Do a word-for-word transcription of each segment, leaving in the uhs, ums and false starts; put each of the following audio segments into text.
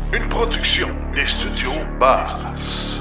Une production des studios Bass.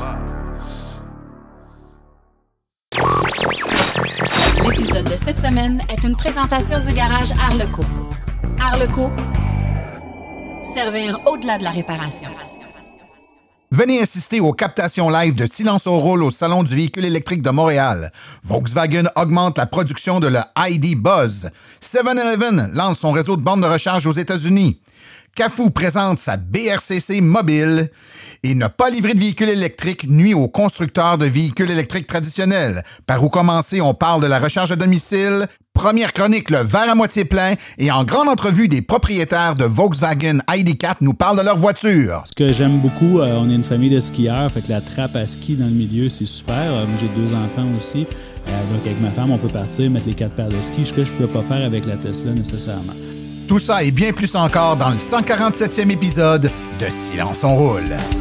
L'épisode de cette semaine est une présentation du garage Arleco. Arleco, servir au-delà de la réparation. Venez assister aux captations live de Silence au Roule au Salon du véhicule électrique de Montréal. Volkswagen augmente la production de le I D Buzz. seven eleven lance son réseau de bornes de recharge aux États-Unis. Cafou présente sa B R C C mobile et ne pas livrer de véhicules électriques nuit aux constructeurs de véhicules électriques traditionnels. Par où commencer, on parle de la recharge à domicile. Première chronique, le verre à moitié plein. Et en grande entrevue, des propriétaires de Volkswagen I D quatre nous parlent de leur voiture. Ce que j'aime beaucoup, euh, on est une famille de skieurs, fait que la trappe à ski dans le milieu, c'est super. Euh, moi, j'ai deux enfants aussi. Euh, donc, avec ma femme, on peut partir, mettre les quatre paires de ski, ce que je ne pouvais pas faire avec la Tesla nécessairement. Tout ça et bien plus encore dans le cent quarante-septième épisode de Silence on roule.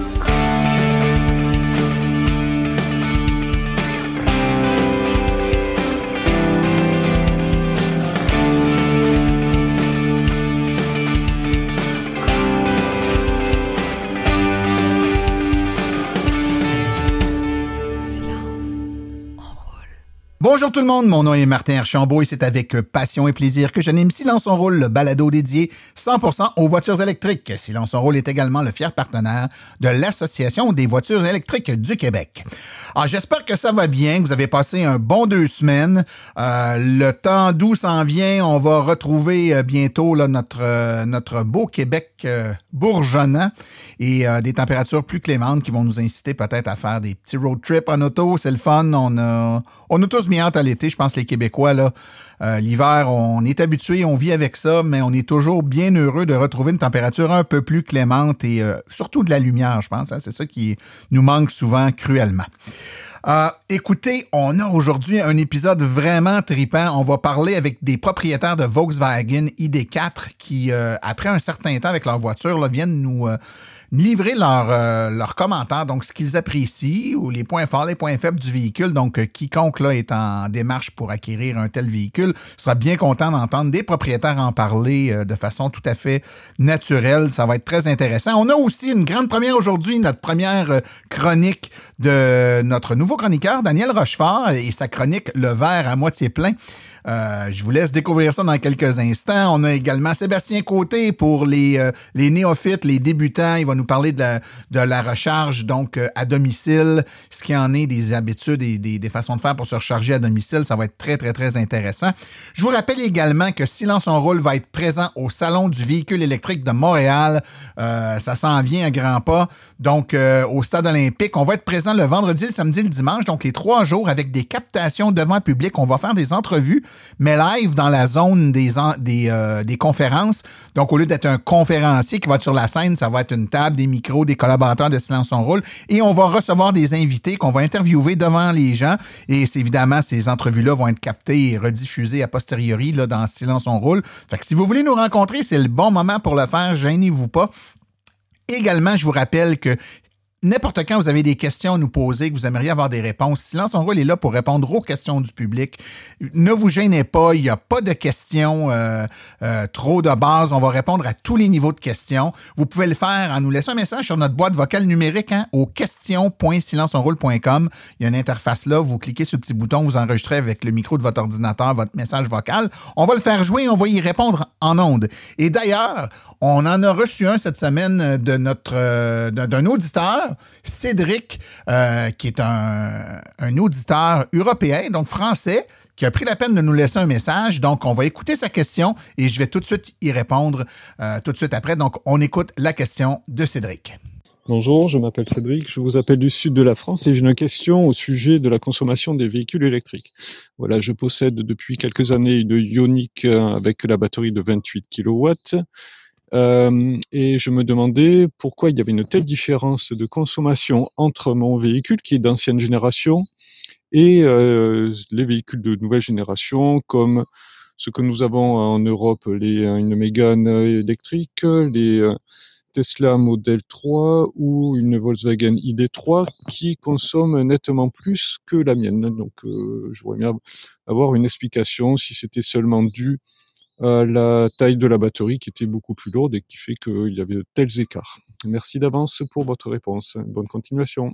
Bonjour tout le monde, mon nom est Martin Archambault et c'est avec passion et plaisir que j'anime Silence on roule, le balado dédié cent pour cent aux voitures électriques. Silence on roule est également le fier partenaire de l'Association des voitures électriques du Québec. Alors, j'espère que ça va bien, que vous avez passé un bon deux semaines. Euh, le temps doux s'en vient, on va retrouver bientôt là, notre, euh, notre beau Québec euh, bourgeonnant et euh, des températures plus clémentes qui vont nous inciter peut-être à faire des petits road trips en auto. C'est le fun, on a, on a tous hâte à l'été, je pense les Québécois, là, euh, l'hiver, on est habitués, on vit avec ça, mais on est toujours bien heureux de retrouver une température un peu plus clémente et euh, surtout de la lumière, je pense. Hein, c'est ça qui nous manque souvent cruellement. Euh, écoutez, on a aujourd'hui un épisode vraiment trippant. On va parler avec des propriétaires de Volkswagen I D quatre qui, euh, après un certain temps avec leur voiture, là, viennent nous euh, livrer leurs euh, leur commentaires, donc ce qu'ils apprécient ou les points forts, les points faibles du véhicule. Donc, euh, quiconque là, est en démarche pour acquérir un tel véhicule sera bien content d'entendre des propriétaires en parler euh, de façon tout à fait naturelle. Ça va être très intéressant. On a aussi une grande première aujourd'hui, notre première euh, chronique de notre nouveau chroniqueur, Daniel Rochefort, et sa chronique « Le verre à moitié plein ». Euh, je vous laisse découvrir ça dans quelques instants. On a également Sébastien Côté pour les, euh, les néophytes, les débutants. Il va nous parler de la, de la recharge donc euh, à domicile, ce qui en est des habitudes et des, des façons de faire pour se recharger à domicile. Ça va être très, très, très intéressant. Je vous rappelle également que Silence on roule va être présent au Salon du véhicule électrique de Montréal. Euh, ça s'en vient à grands pas. Donc, euh, au Stade olympique, on va être présent le vendredi, le samedi, le dimanche. Donc, les trois jours avec des captations devant le public. On va faire des entrevues mais live dans la zone des, en, des, euh, des conférences. Donc, au lieu d'être un conférencier qui va être sur la scène, ça va être une table, des micros, des collaborateurs de Silence on roule. Et on va recevoir des invités qu'on va interviewer devant les gens. Et c'est, évidemment, ces entrevues-là vont être captées et rediffusées a posteriori là, dans Silence on roule. Fait que si vous voulez nous rencontrer, c'est le bon moment pour le faire. Gênez-vous pas. Également, je vous rappelle que n'importe quand vous avez des questions à nous poser, que vous aimeriez avoir des réponses, Silence on roule est là pour répondre aux questions du public. Ne vous gênez pas, il n'y a pas de questions euh, euh, trop de base. On va répondre à tous les niveaux de questions. Vous pouvez le faire en nous laissant un message sur notre boîte vocale numérique hein, au question point silence on roule point com. Il y a une interface là, vous cliquez sur le petit bouton, vous enregistrez avec le micro de votre ordinateur votre message vocal. On va le faire jouer, on va y répondre en ondes. Et d'ailleurs, on en a reçu un cette semaine de notre euh, d'un auditeur, Cédric, euh, qui est un, un auditeur européen, donc français, qui a pris la peine de nous laisser un message. Donc, on va écouter sa question et je vais tout de suite y répondre euh, tout de suite après. Donc, on écoute la question de Cédric. Bonjour, je m'appelle Cédric, je vous appelle du sud de la France et j'ai une question au sujet de la consommation des véhicules électriques. Voilà, je possède depuis quelques années une Ioniq avec la batterie de vingt-huit kilowatts. Euh, et je me demandais pourquoi il y avait une telle différence de consommation entre mon véhicule, qui est d'ancienne génération, et euh, les véhicules de nouvelle génération, comme ce que nous avons en Europe, les, une Mégane électrique, les euh, Tesla Model trois ou une Volkswagen I D trois, qui consomment nettement plus que la mienne. Donc, euh, je voudrais bien avoir une explication si c'était seulement dû à la taille de la batterie qui était beaucoup plus lourde et qui fait qu'il y avait de tels écarts. Merci d'avance pour votre réponse. Bonne continuation.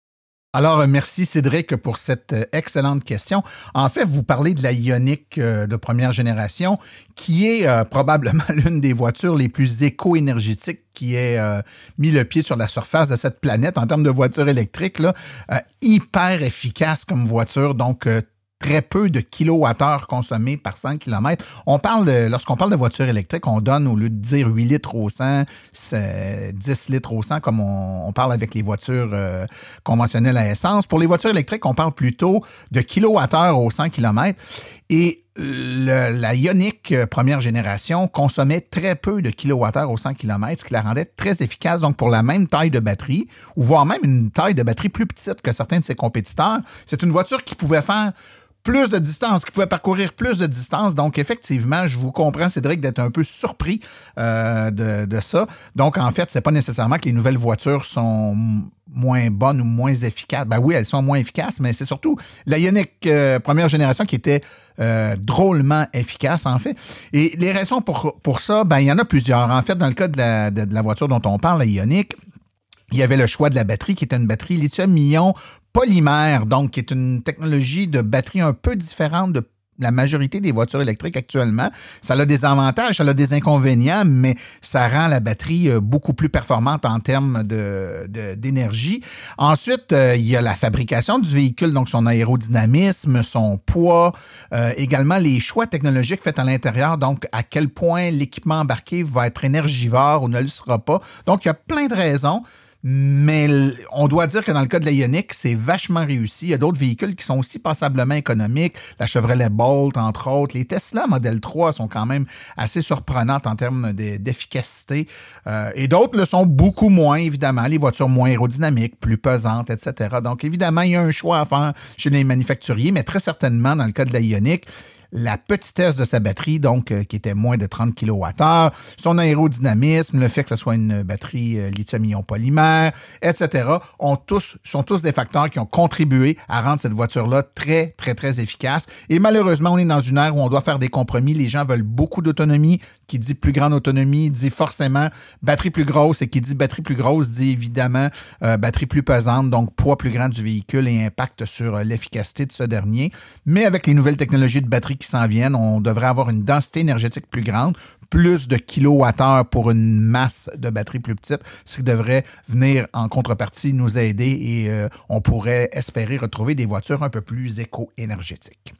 Alors, merci Cédric pour cette excellente question. En fait, vous parlez de la Ioniq de première génération, qui est euh, probablement l'une des voitures les plus éco-énergétiques qui ait euh, mis le pied sur la surface de cette planète en termes de voiture électrique, là, euh, hyper efficace comme voiture, donc euh, très peu de kilowattheures consommés par cent kilomètres. On parle de, lorsqu'on parle de voiture électrique, on donne, au lieu de dire huit litres au cent, c'est dix litres au cent, comme on, on parle avec les voitures euh, conventionnelles à essence. Pour les voitures électriques, on parle plutôt de kilowattheures au cent kilomètres. Et le, la Ioniq première génération consommait très peu de kilowattheures au cent kilomètres, ce qui la rendait très efficace. Donc, pour la même taille de batterie, ou voire même une taille de batterie plus petite que certains de ses compétiteurs, c'est une voiture qui pouvait faire plus de distance, qui pouvait parcourir plus de distance. Donc, effectivement, je vous comprends, Cédric, d'être un peu surpris euh, de, de ça. Donc, en fait, c'est pas nécessairement que les nouvelles voitures sont moins bonnes ou moins efficaces. Ben oui, elles sont moins efficaces, mais c'est surtout la Ioniq euh, première génération qui était euh, drôlement efficace, en fait. Et les raisons pour, pour ça, ben il y en a plusieurs. En fait, dans le cas de la, de, de la voiture dont on parle, la Ioniq, il y avait le choix de la batterie, qui était une batterie lithium-ion polymère, donc qui est une technologie de batterie un peu différente de la majorité des voitures électriques actuellement. Ça a des avantages, ça a des inconvénients, mais ça rend la batterie beaucoup plus performante en termes de, de, d'énergie. Ensuite, euh, il y a la fabrication du véhicule, donc son aérodynamisme, son poids, euh, également les choix technologiques faits à l'intérieur, donc à quel point l'équipement embarqué va être énergivore ou ne le sera pas. Donc, il y a plein de raisons. Mais on doit dire que dans le cas de la Ioniq, c'est vachement réussi. Il y a d'autres véhicules qui sont aussi passablement économiques. La Chevrolet Bolt, entre autres. Les Tesla Model trois sont quand même assez surprenantes en termes de, d'efficacité. Euh, et d'autres le sont beaucoup moins, évidemment. Les voitures moins aérodynamiques, plus pesantes, et cetera. Donc, évidemment, il y a un choix à faire chez les manufacturiers, mais très certainement, dans le cas de la Ioniq, la petitesse de sa batterie, donc euh, qui était moins de trente kilowattheures, son aérodynamisme, le fait que ce soit une batterie euh, lithium-ion polymère, et cetera, ont tous, sont tous des facteurs qui ont contribué à rendre cette voiture-là très, très, très efficace. Et malheureusement, on est dans une ère où on doit faire des compromis. Les gens veulent beaucoup d'autonomie. Qui dit plus grande autonomie dit forcément batterie plus grosse, et qui dit batterie plus grosse dit évidemment euh, batterie plus pesante, donc poids plus grand du véhicule et impact sur euh, l'efficacité de ce dernier. Mais avec les nouvelles technologies de batterie qui s'en viennent, on devrait avoir une densité énergétique plus grande, plus de kilowattheures pour une masse de batterie plus petite, ce qui devrait venir en contrepartie nous aider et euh, on pourrait espérer retrouver des voitures un peu plus éco-énergétiques.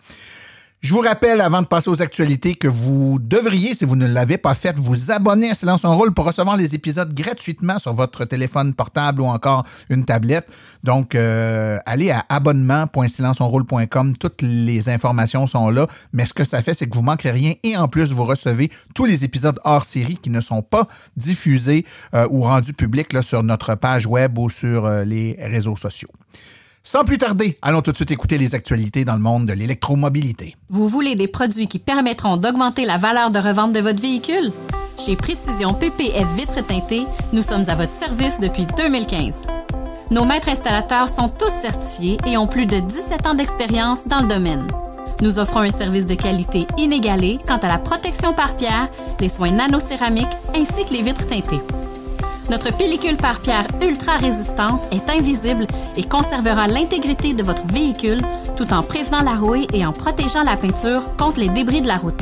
Je vous rappelle, avant de passer aux actualités, que vous devriez, si vous ne l'avez pas fait, vous abonner à Silence on roule pour recevoir les épisodes gratuitement sur votre téléphone portable ou encore une tablette. Donc, euh, allez à abonnement point silence on roule point com. Toutes les informations sont là. Mais ce que ça fait, c'est que vous ne manquerez rien. Et en plus, vous recevez tous les épisodes hors série qui ne sont pas diffusés euh, ou rendus publics là, sur notre page web ou sur euh, les réseaux sociaux. Sans plus tarder, allons tout de suite écouter les actualités dans le monde de l'électromobilité. Vous voulez des produits qui permettront d'augmenter la valeur de revente de votre véhicule? Chez Précision P P F Vitres teintées, nous sommes à votre service depuis deux mille quinze. Nos maîtres installateurs sont tous certifiés et ont plus de dix-sept ans d'expérience dans le domaine. Nous offrons un service de qualité inégalé quant à la protection par pierre, les soins nanocéramiques ainsi que les vitres teintées. Notre pellicule par pierre ultra résistante est invisible et conservera l'intégrité de votre véhicule tout en prévenant la rouille et en protégeant la peinture contre les débris de la route.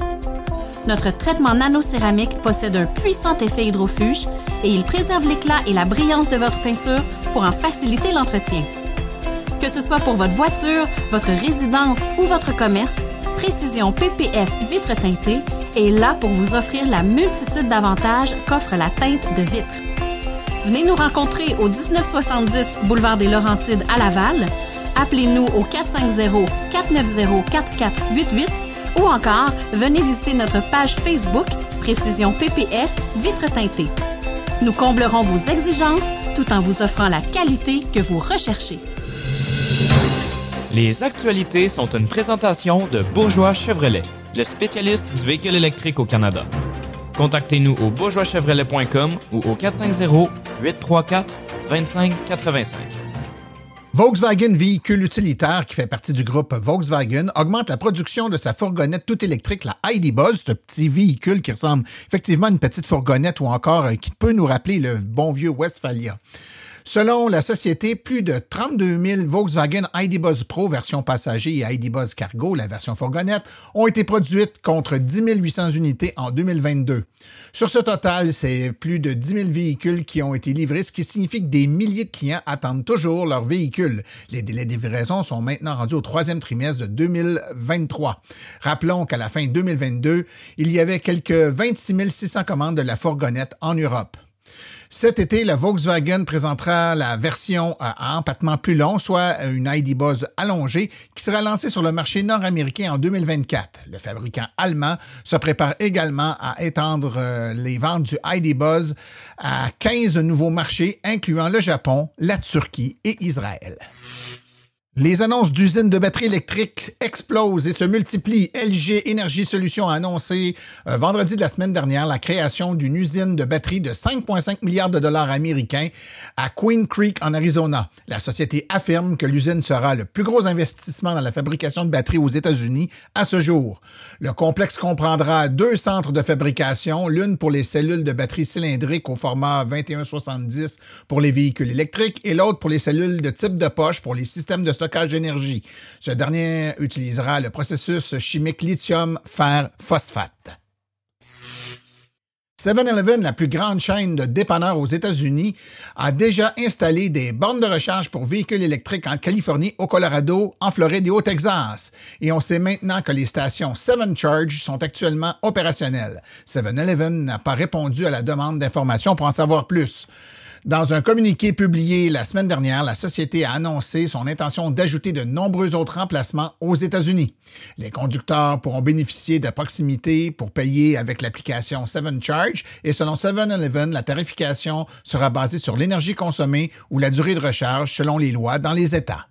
Notre traitement nanocéramique possède un puissant effet hydrofuge et il préserve l'éclat et la brillance de votre peinture pour en faciliter l'entretien. Que ce soit pour votre voiture, votre résidence ou votre commerce, Précision P P F Vitres teintées est là pour vous offrir la multitude d'avantages qu'offre la teinte de vitre. Venez nous rencontrer au dix-neuf soixante-dix Boulevard des Laurentides à Laval. Appelez-nous au quatre cinq zéro, quatre neuf zéro, quatre quatre huit huit ou encore venez visiter notre page Facebook Précision P P F Vitres teintées. Nous comblerons vos exigences tout en vous offrant la qualité que vous recherchez. Les actualités sont une présentation de Bourgeois Chevrolet, le spécialiste du véhicule électrique au Canada. Contactez-nous au bourgeois chevrolet point com ou au quatre cinq zéro, huit trois quatre, deux cinq huit cinq. Volkswagen Véhicule Utilitaire, qui fait partie du groupe Volkswagen, augmente la production de sa fourgonnette toute électrique, la I D Buzz, ce petit véhicule qui ressemble effectivement à une petite fourgonnette ou encore euh, qui peut nous rappeler le bon vieux Westphalia. Selon la société, plus de trente-deux mille Volkswagen I D Buzz Pro version passager et I D Buzz Cargo, la version fourgonnette, ont été produites contre dix mille huit cents unités en deux mille vingt-deux. Sur ce total, c'est plus de dix mille véhicules qui ont été livrés, ce qui signifie que des milliers de clients attendent toujours leur véhicule. Les délais de livraison sont maintenant rendus au troisième trimestre de deux mille vingt-trois. Rappelons qu'à la fin deux mille vingt-deux, il y avait quelques vingt-six mille six cents commandes de la fourgonnette en Europe. Cet été, la Volkswagen présentera la version à empattement plus long, soit une I D Buzz allongée, qui sera lancée sur le marché nord-américain en deux mille vingt-quatre. Le fabricant allemand se prépare également à étendre les ventes du I D Buzz à quinze nouveaux marchés, incluant le Japon, la Turquie et Israël. Les annonces d'usines de batteries électriques explosent et se multiplient. L G Energy Solutions a annoncé euh, vendredi de la semaine dernière la création d'une usine de batteries de cinq virgule cinq milliards de dollars américains à Queen Creek, en Arizona. La société affirme que l'usine sera le plus gros investissement dans la fabrication de batteries aux États-Unis à ce jour. Le complexe comprendra deux centres de fabrication, l'une pour les cellules de batteries cylindriques au format vingt et un soixante-dix pour les véhicules électriques et l'autre pour les cellules de type de poche pour les systèmes de stockage d'énergie. Ce dernier utilisera le processus chimique lithium-fer-phosphate. seven eleven, la plus grande chaîne de dépanneurs aux États-Unis, a déjà installé des bornes de recharge pour véhicules électriques en Californie, au Colorado, en Floride et au Texas. Et on sait maintenant que les stations seven Charge sont actuellement opérationnelles. seven eleven n'a pas répondu à la demande d'information pour en savoir plus. Dans un communiqué publié la semaine dernière, la société a annoncé son intention d'ajouter de nombreux autres remplacements aux États-Unis. Les conducteurs pourront bénéficier de proximité pour payer avec l'application seven Charge et selon seven eleven, la tarification sera basée sur l'énergie consommée ou la durée de recharge selon les lois dans les États.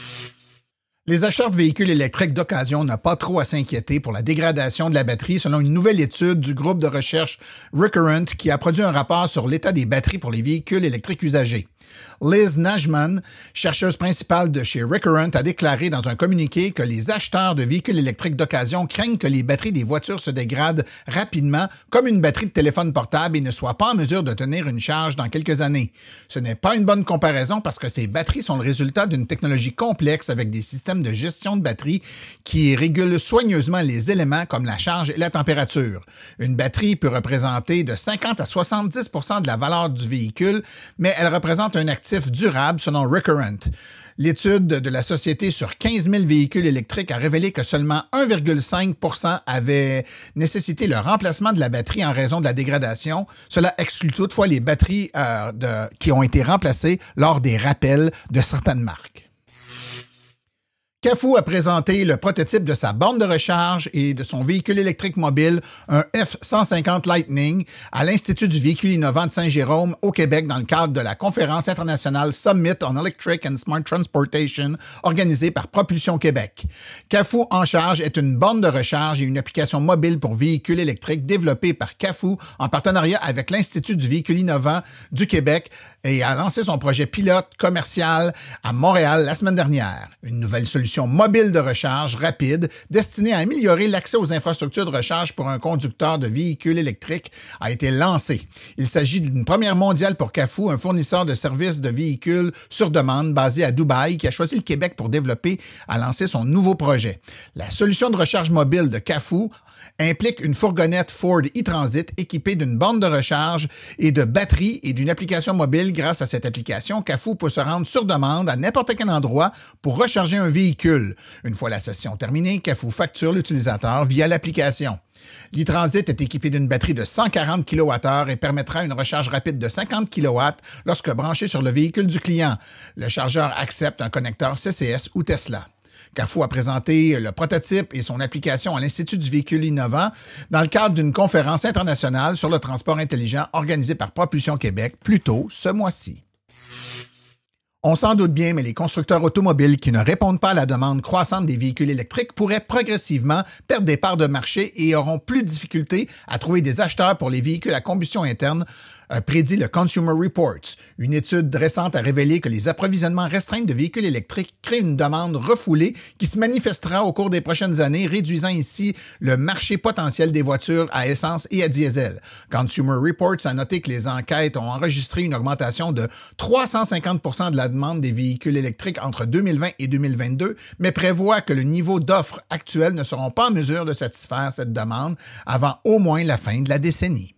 Les acheteurs de véhicules électriques d'occasion n'ont pas trop à s'inquiéter pour la dégradation de la batterie selon une nouvelle étude du groupe de recherche Recurrent qui a produit un rapport sur l'état des batteries pour les véhicules électriques usagés. Liz Najman, chercheuse principale de chez Recurrent, a déclaré dans un communiqué que les acheteurs de véhicules électriques d'occasion craignent que les batteries des voitures se dégradent rapidement comme une batterie de téléphone portable et ne soient pas en mesure de tenir une charge dans quelques années. Ce n'est pas une bonne comparaison parce que ces batteries sont le résultat d'une technologie complexe avec des systèmes de gestion de batterie qui régulent soigneusement les éléments comme la charge et la température. Une batterie peut représenter de cinquante à soixante-dix pour cent de la valeur du véhicule, mais elle représente un actif durable selon Recurrent. L'étude de la société sur quinze mille véhicules électriques a révélé que seulement un virgule cinq pour cent avaient nécessité le remplacement de la batterie en raison de la dégradation. Cela exclut toutefois les batteries euh, de, qui ont été remplacées lors des rappels de certaines marques. CAFU a présenté le prototype de sa borne de recharge et de son véhicule électrique mobile, un F cent cinquante Lightning, à l'Institut du véhicule innovant de Saint-Jérôme, au Québec, dans le cadre de la conférence internationale Summit on Electric and Smart Transportation, organisée par Propulsion Québec. CAFU En Charge est une borne de recharge et une application mobile pour véhicules électriques développée par CAFU en partenariat avec l'Institut du véhicule innovant du Québec et a lancé son projet pilote commercial à Montréal la semaine dernière. Une nouvelle solution mobile de recharge rapide destinée à améliorer l'accès aux infrastructures de recharge pour un conducteur de véhicules électriques a été lancée. Il s'agit d'une première mondiale pour CAFU, un fournisseur de services de véhicules sur demande basé à Dubaï qui a choisi le Québec pour développer et lancer son nouveau projet. La solution de recharge mobile de CAFU implique une fourgonnette Ford e-Transit équipée d'une borne de recharge et de batterie et d'une application mobile. Grâce à cette application, CAFU peut se rendre sur demande à n'importe quel endroit pour recharger un véhicule. Une fois la session terminée, CAFU facture l'utilisateur via l'application. L'e-Transit est équipé d'une batterie de cent quarante kilowattheures et permettra une recharge rapide de cinquante kilowatts lorsque branché sur le véhicule du client. Le chargeur accepte un connecteur C C S ou Tesla. CAFU a présenté le prototype et son application à l'Institut du véhicule innovant dans le cadre d'une conférence internationale sur le transport intelligent organisée par Propulsion Québec plus tôt ce mois-ci. On s'en doute bien, mais les constructeurs automobiles qui ne répondent pas à la demande croissante des véhicules électriques pourraient progressivement perdre des parts de marché et auront plus de difficultés à trouver des acheteurs pour les véhicules à combustion interne a prédit le Consumer Reports. Une étude récente a révélé que les approvisionnements restreints de véhicules électriques créent une demande refoulée qui se manifestera au cours des prochaines années, réduisant ainsi le marché potentiel des voitures à essence et à diesel. Consumer Reports a noté que les enquêtes ont enregistré une augmentation de trois cent cinquante pour cent de la demande des véhicules électriques entre deux mille vingt et deux mille vingt-deux, mais prévoit que le niveau d'offres actuel ne seront pas en mesure de satisfaire cette demande avant au moins la fin de la décennie.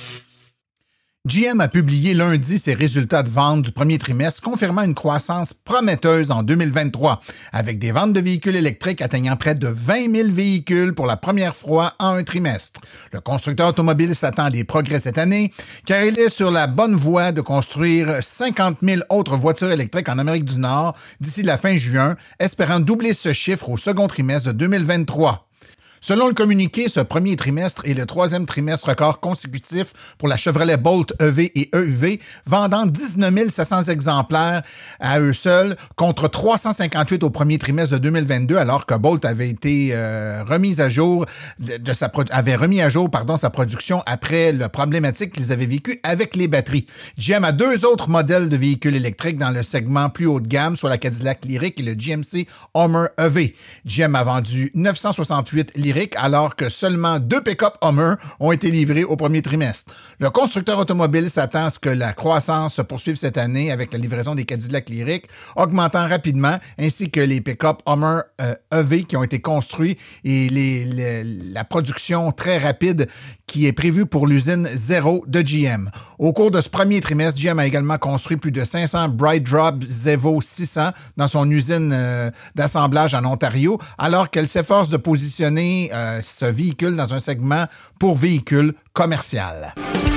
G M a publié lundi ses résultats de vente du premier trimestre, confirmant une croissance prometteuse en deux mille vingt-trois, avec des ventes de véhicules électriques atteignant près de vingt mille véhicules pour la première fois en un trimestre. Le constructeur automobile s'attend à des progrès cette année, car il est sur la bonne voie de construire cinquante mille autres voitures électriques en Amérique du Nord d'ici la fin juin, espérant doubler ce chiffre au second trimestre de deux mille vingt-trois. Selon le communiqué, ce premier trimestre est le troisième trimestre record consécutif pour la Chevrolet Bolt E V et E U V, vendant dix-neuf mille sept cents exemplaires à eux seuls, contre trois cent cinquante-huit au premier trimestre de deux mille vingt-deux, alors que Bolt avait été euh, remise à jour de, de sa avait remis à jour pardon sa production après la problématique qu'ils avaient vécue avec les batteries. G M a deux autres modèles de véhicules électriques dans le segment plus haut de gamme, soit la Cadillac Lyriq et le G M C Hummer E V. G M a vendu neuf cent soixante-huit Lyriq, alors que seulement deux pick-up Hummer ont été livrés au premier trimestre. Le constructeur automobile s'attend à ce que la croissance se poursuive cette année avec la livraison des Cadillac Lyriq, augmentant rapidement, ainsi que les pick-up Hummer euh, E V qui ont été construits et les, les, la production très rapide qui est prévue pour l'usine zéro de G M. Au cours de ce premier trimestre, G M a également construit plus de cinq cents BrightDrop Zevo six cents dans son usine euh, d'assemblage en Ontario, alors qu'elle s'efforce de positionner Euh, ce véhicule dans un segment pour véhicule commercial.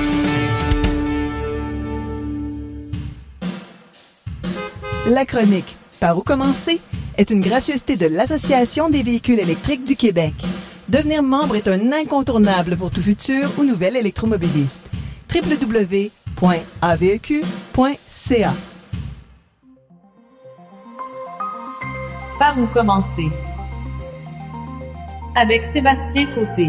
La chronique « Par où commencer ?» est une gracieuseté de l'Association des véhicules électriques du Québec. Devenir membre est un incontournable pour tout futur ou nouvel électromobiliste. w w w point a v e q point c a Par où commencer? Avec Sébastien Côté.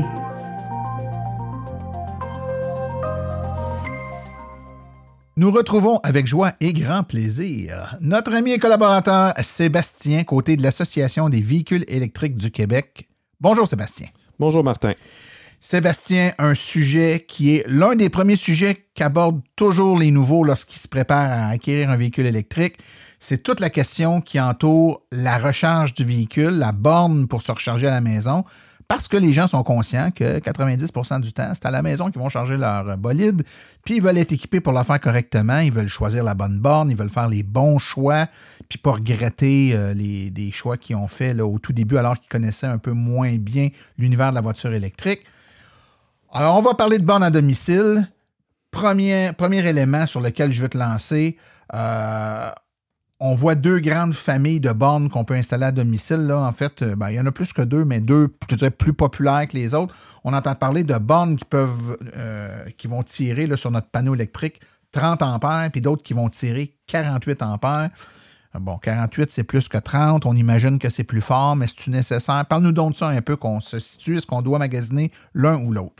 Nous retrouvons avec joie et grand plaisir notre ami et collaborateur Sébastien Côté de l'Association des véhicules électriques du Québec. Bonjour Sébastien. Bonjour Martin. Sébastien, un sujet qui est l'un des premiers sujets qu'abordent toujours les nouveaux lorsqu'ils se préparent à acquérir un véhicule électrique. C'est toute la question qui entoure la recharge du véhicule, la borne pour se recharger à la maison, parce que les gens sont conscients que quatre-vingt-dix pour cent du temps, c'est à la maison qu'ils vont charger leur bolide, puis ils veulent être équipés pour le faire correctement, ils veulent choisir la bonne borne, ils veulent faire les bons choix, puis pas regretter euh, les, des choix qu'ils ont faits là, au tout début alors qu'ils connaissaient un peu moins bien l'univers de la voiture électrique. Alors, on va parler de borne à domicile. Premier, premier élément sur lequel je veux te lancer, euh, on voit deux grandes familles de bornes qu'on peut installer à domicile. Là. En fait, ben, il y en a plus que deux, mais deux, je dirais, plus populaires que les autres. On entend parler de bornes qui peuvent, euh, qui vont tirer là, sur notre panneau électrique trente ampères, puis d'autres qui vont tirer quarante-huit ampères. Bon, quarante-huit, c'est plus que trente. On imagine que c'est plus fort, mais c'est-tu nécessaire? Parle-nous donc de ça un peu, qu'on se situe. Est-ce qu'on doit magasiner l'un ou l'autre?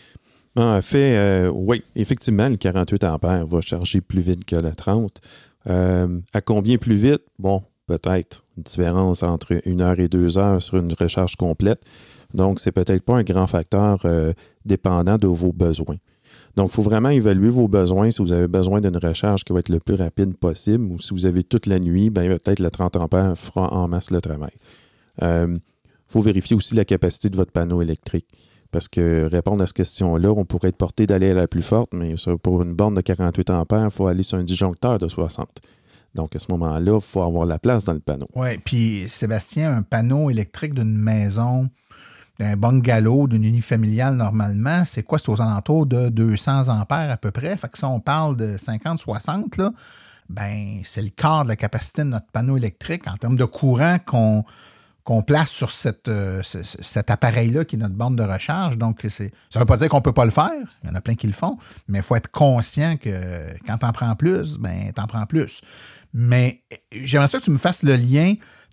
En fait, euh, oui, effectivement, le quarante-huit ampères va charger plus vite que le trente. Euh, à combien plus vite? Bon, peut-être une différence entre une heure et deux heures sur une recharge complète. Donc, c'est peut-être pas un grand facteur euh, dépendant de vos besoins. Donc, il faut vraiment évaluer vos besoins. Si vous avez besoin d'une recharge qui va être le plus rapide possible ou si vous avez toute la nuit, bien, peut-être le trente ampères fera en masse le travail. Il euh, faut vérifier aussi la capacité de votre panneau électrique. Parce que répondre à cette question-là, on pourrait être porté d'aller à la plus forte, mais pour une borne de quarante-huit ampères, il faut aller sur un disjoncteur de soixante. Donc, à ce moment-là, il faut avoir la place dans le panneau. Oui, puis Sébastien, un panneau électrique d'une maison, d'un bungalow, d'une unifamiliale, normalement, c'est quoi? C'est aux alentours de deux cents ampères à peu près. Fait que si on parle de cinquante soixante, là, ben, c'est le quart de la capacité de notre panneau électrique en termes de courant qu'on... qu'on place sur cette, euh, ce, cet appareil-là qui est notre borne de recharge. Donc, c'est, ça ne veut pas dire qu'on ne peut pas le faire. Il y en a plein qui le font. Mais il faut être conscient que quand tu en prends plus, ben tu en prends plus. Mais j'aimerais ça que tu me fasses le lien.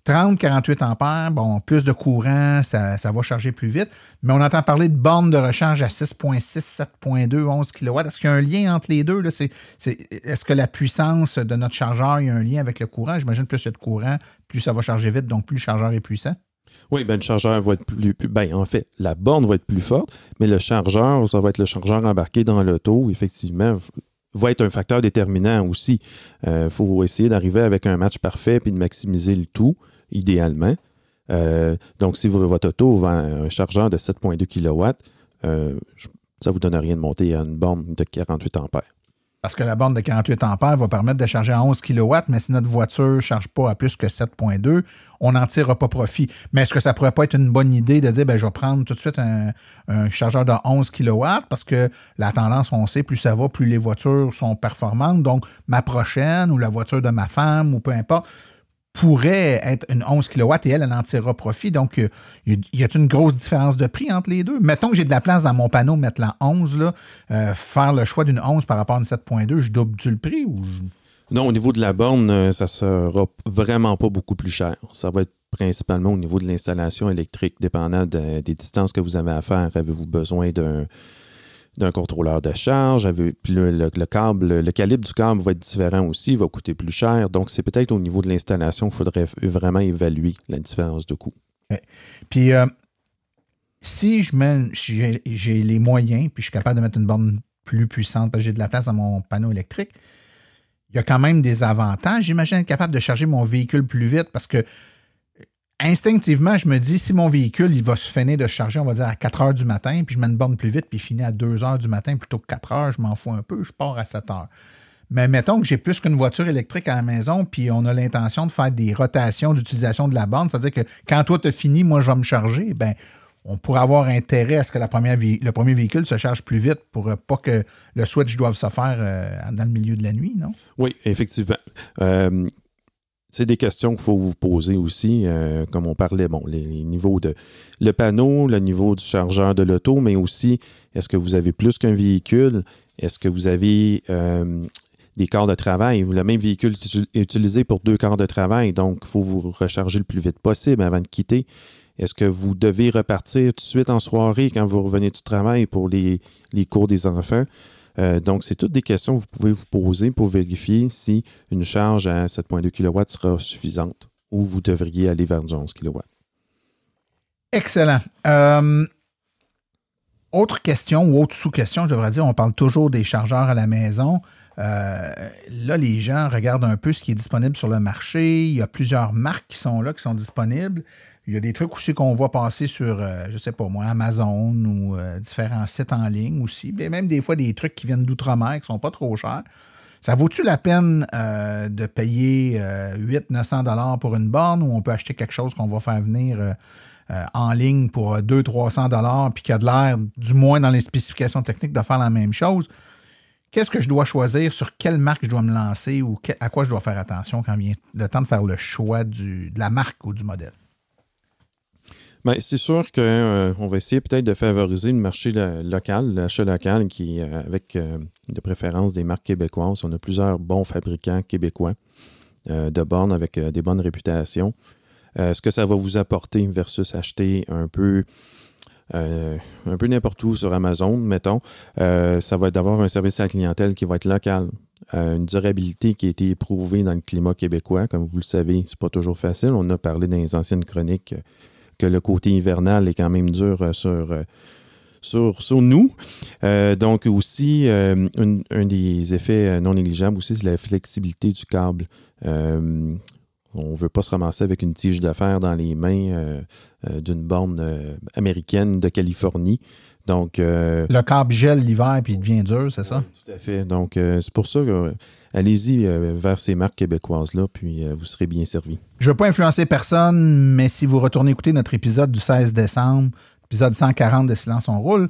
trente à quarante-huit ampères, bon, plus de courant, ça, ça va charger plus vite. Mais on entend parler de bornes de recharge à six virgule six, sept virgule deux, onze kilowatts. Est-ce qu'il y a un lien entre les deux? Là? C'est, c'est, est-ce que la puissance de notre chargeur, il y a un lien avec le courant? J'imagine plus il y a de courant, plus ça va charger vite, donc plus le chargeur est puissant. Oui, ben le chargeur va être plus, plus... Ben, en fait, la borne va être plus forte, mais le chargeur, ça va être le chargeur embarqué dans l'auto, effectivement, va être un facteur déterminant aussi. Il euh, faut essayer d'arriver avec un match parfait puis de maximiser le tout, idéalement. Euh, donc, si vous, votre auto vend un chargeur de sept virgule deux kilowatts, euh, ça ne vous donne rien de monter à une borne de quarante-huit ampères. Parce que la borne de quarante-huit ampères va permettre de charger à onze kilowatts, mais si notre voiture ne charge pas à plus que sept virgule deux, on n'en tirera pas profit. Mais est-ce que ça pourrait pas être une bonne idée de dire, ben, je vais prendre tout de suite un, un chargeur de onze kilowatts parce que la tendance, on sait, plus ça va, plus les voitures sont performantes. Donc, ma prochaine ou la voiture de ma femme ou peu importe, pourrait être une onze kilowatts et elle, elle en tirera profit. Donc, euh, y a-t-il une grosse différence de prix entre les deux? Mettons que j'ai de la place dans mon panneau, mettre la onze, là, euh, faire le choix d'une onze par rapport à une sept virgule deux, je double-tu le prix? Ou je... Non, au niveau de la borne, ça sera vraiment pas beaucoup plus cher. Ça va être principalement au niveau de l'installation électrique, dépendant de, des distances que vous avez à faire. Avez-vous besoin d'un... d'un contrôleur de charge, puis le, le, le câble, le calibre du câble va être différent aussi, va coûter plus cher. Donc, c'est peut-être au niveau de l'installation qu'il faudrait vraiment évaluer la différence de coût. Ouais. Puis, euh, si je mets, si j'ai, j'ai les moyens, puis je suis capable de mettre une borne plus puissante, parce que j'ai de la place dans mon panneau électrique, il y a quand même des avantages. J'imagine être capable de charger mon véhicule plus vite, parce que instinctivement, je me dis, si mon véhicule, il va se finir de charger, on va dire, à quatre heures du matin, puis je mets une borne plus vite, puis il finit à deux heures du matin plutôt que quatre heures, je m'en fous un peu, je pars à sept heures. Mais mettons que j'ai plus qu'une voiture électrique à la maison, puis on a l'intention de faire des rotations d'utilisation de la borne, c'est-à-dire que quand toi, tu as fini, moi, je vais me charger, bien, on pourrait avoir intérêt à ce que la première vé- le premier véhicule se charge plus vite pour euh, pas que le switch doive se faire euh, dans le milieu de la nuit, non? Oui, effectivement. Euh, C'est des questions qu'il faut vous poser aussi, euh, comme on parlait, bon, les, les niveaux de le panneau, le niveau du chargeur de l'auto, mais aussi, est-ce que vous avez plus qu'un véhicule? Est-ce que vous avez euh, des quarts de travail? Le même véhicule est utilisé pour deux quarts de travail, donc il faut vous recharger le plus vite possible avant de quitter. Est-ce que vous devez repartir tout de suite en soirée quand vous revenez du travail pour les, les cours des enfants? Euh, donc, c'est toutes des questions que vous pouvez vous poser pour vérifier si une charge à sept virgule deux kilowatts sera suffisante ou vous devriez aller vers du onze kilowatts. Excellent. Euh, autre question ou autre sous-question, je devrais dire, on parle toujours des chargeurs à la maison. Euh, là, les gens regardent un peu ce qui est disponible sur le marché. Il y a plusieurs marques qui sont là, qui sont disponibles. Il y a des trucs aussi qu'on voit passer sur, euh, je sais pas moi, Amazon ou euh, différents sites en ligne aussi. Mais même des fois, des trucs qui viennent d'outre-mer qui sont pas trop chers. Ça vaut-tu la peine euh, de payer euh, huit cents à neuf cents dollars pour une borne ou on peut acheter quelque chose qu'on va faire venir euh, euh, en ligne pour deux cents à trois cents dollars puis qui a de l'air, du moins dans les spécifications techniques, de faire la même chose? Qu'est-ce que je dois choisir? Sur quelle marque je dois me lancer ou que, à quoi je dois faire attention quand vient le temps de faire le choix du, de la marque ou du modèle? Bien, c'est sûr qu'on euh, va essayer peut-être de favoriser le marché lo- local, l'achat local, qui euh, avec euh, de préférence des marques québécoises. On a plusieurs bons fabricants québécois euh, de bornes avec euh, des bonnes réputations. Euh, ce que ça va vous apporter versus acheter un peu, euh, un peu n'importe où sur Amazon, mettons, euh, ça va être d'avoir un service à la clientèle qui va être local. Euh, une durabilité qui a été éprouvée dans le climat québécois. Comme vous le savez, c'est pas toujours facile. On a parlé dans les anciennes chroniques euh, que le côté hivernal est quand même dur euh, sur, euh, sur, sur nous. Euh, donc aussi, euh, un, un des effets non négligeables aussi, c'est la flexibilité du câble. Euh, on ne veut pas se ramasser avec une tige de fer dans les mains euh, euh, d'une borne euh, américaine de Californie. Donc, euh, le câble gèle l'hiver puis il devient dur, c'est ça? Oui, tout à fait. Donc, euh, c'est pour ça que euh, allez-y euh, vers ces marques québécoises-là, puis euh, vous serez bien servi. Je ne veux pas influencer personne, mais si vous retournez écouter notre épisode du seize décembre, épisode cent quarante de Silence on roule,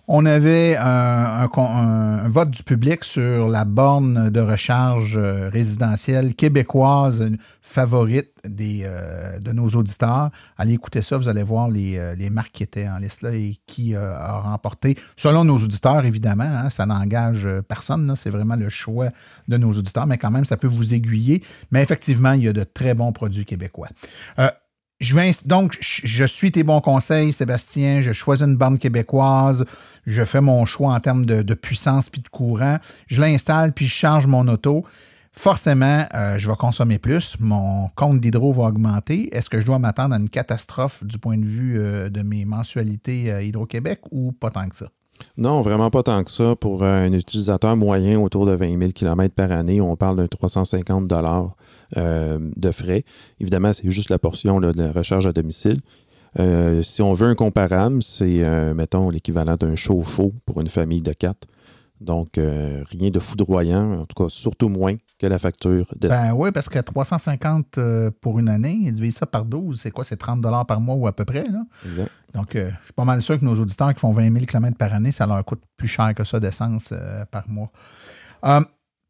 on avait un, un, un, un vote du public sur la borne de recharge résidentielle québécoise favorite des, euh, de nos auditeurs. Allez écouter ça, vous allez voir les, les marques qui étaient en liste là et qui euh, a remporté, selon nos auditeurs, évidemment, hein, ça n'engage personne, là, c'est vraiment le choix de nos auditeurs, mais quand même, ça peut vous aiguiller. Mais effectivement, il y a de très bons produits québécois. Euh, Je vais, donc, je suis tes bons conseils, Sébastien. Je choisis une borne québécoise. Je fais mon choix en termes de, de puissance puis de courant. Je l'installe puis je charge mon auto. Forcément, euh, je vais consommer plus. Mon compte d'hydro va augmenter. Est-ce que je dois m'attendre à une catastrophe du point de vue euh, de mes mensualités euh, Hydro-Québec ou pas tant que ça? Non, vraiment pas tant que ça. Pour un utilisateur moyen autour de vingt mille kilomètres par année, on parle d'un trois cent cinquante dollars euh, de frais. Évidemment, c'est juste la portion là, de la recharge à domicile. Euh, si on veut un comparable, c'est, euh, mettons, l'équivalent d'un chauffe-eau pour une famille de quatre. Donc, euh, rien de foudroyant, en tout cas, surtout moins que la facture. De... Ben oui, parce que trois cent cinquante euh, pour une année, divise ça par douze, c'est quoi? C'est trente dollars par mois ou à peu près, là? Exact. Donc, euh, je suis pas mal sûr que nos auditeurs qui font vingt mille kilomètres par année, ça leur coûte plus cher que ça d'essence euh, par mois. Euh,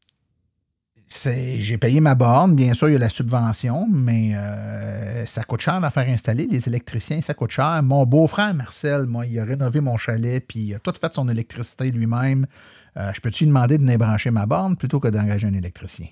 c'est, j'ai payé ma borne, bien sûr, il y a la subvention, mais euh, ça coûte cher à faire installer. Les électriciens, ça coûte cher. Mon beau-frère, Marcel, moi, il a rénové mon chalet, puis il a tout fait son électricité lui-même. Euh, je peux-tu lui demander de venir brancher ma borne plutôt que d'engager un électricien?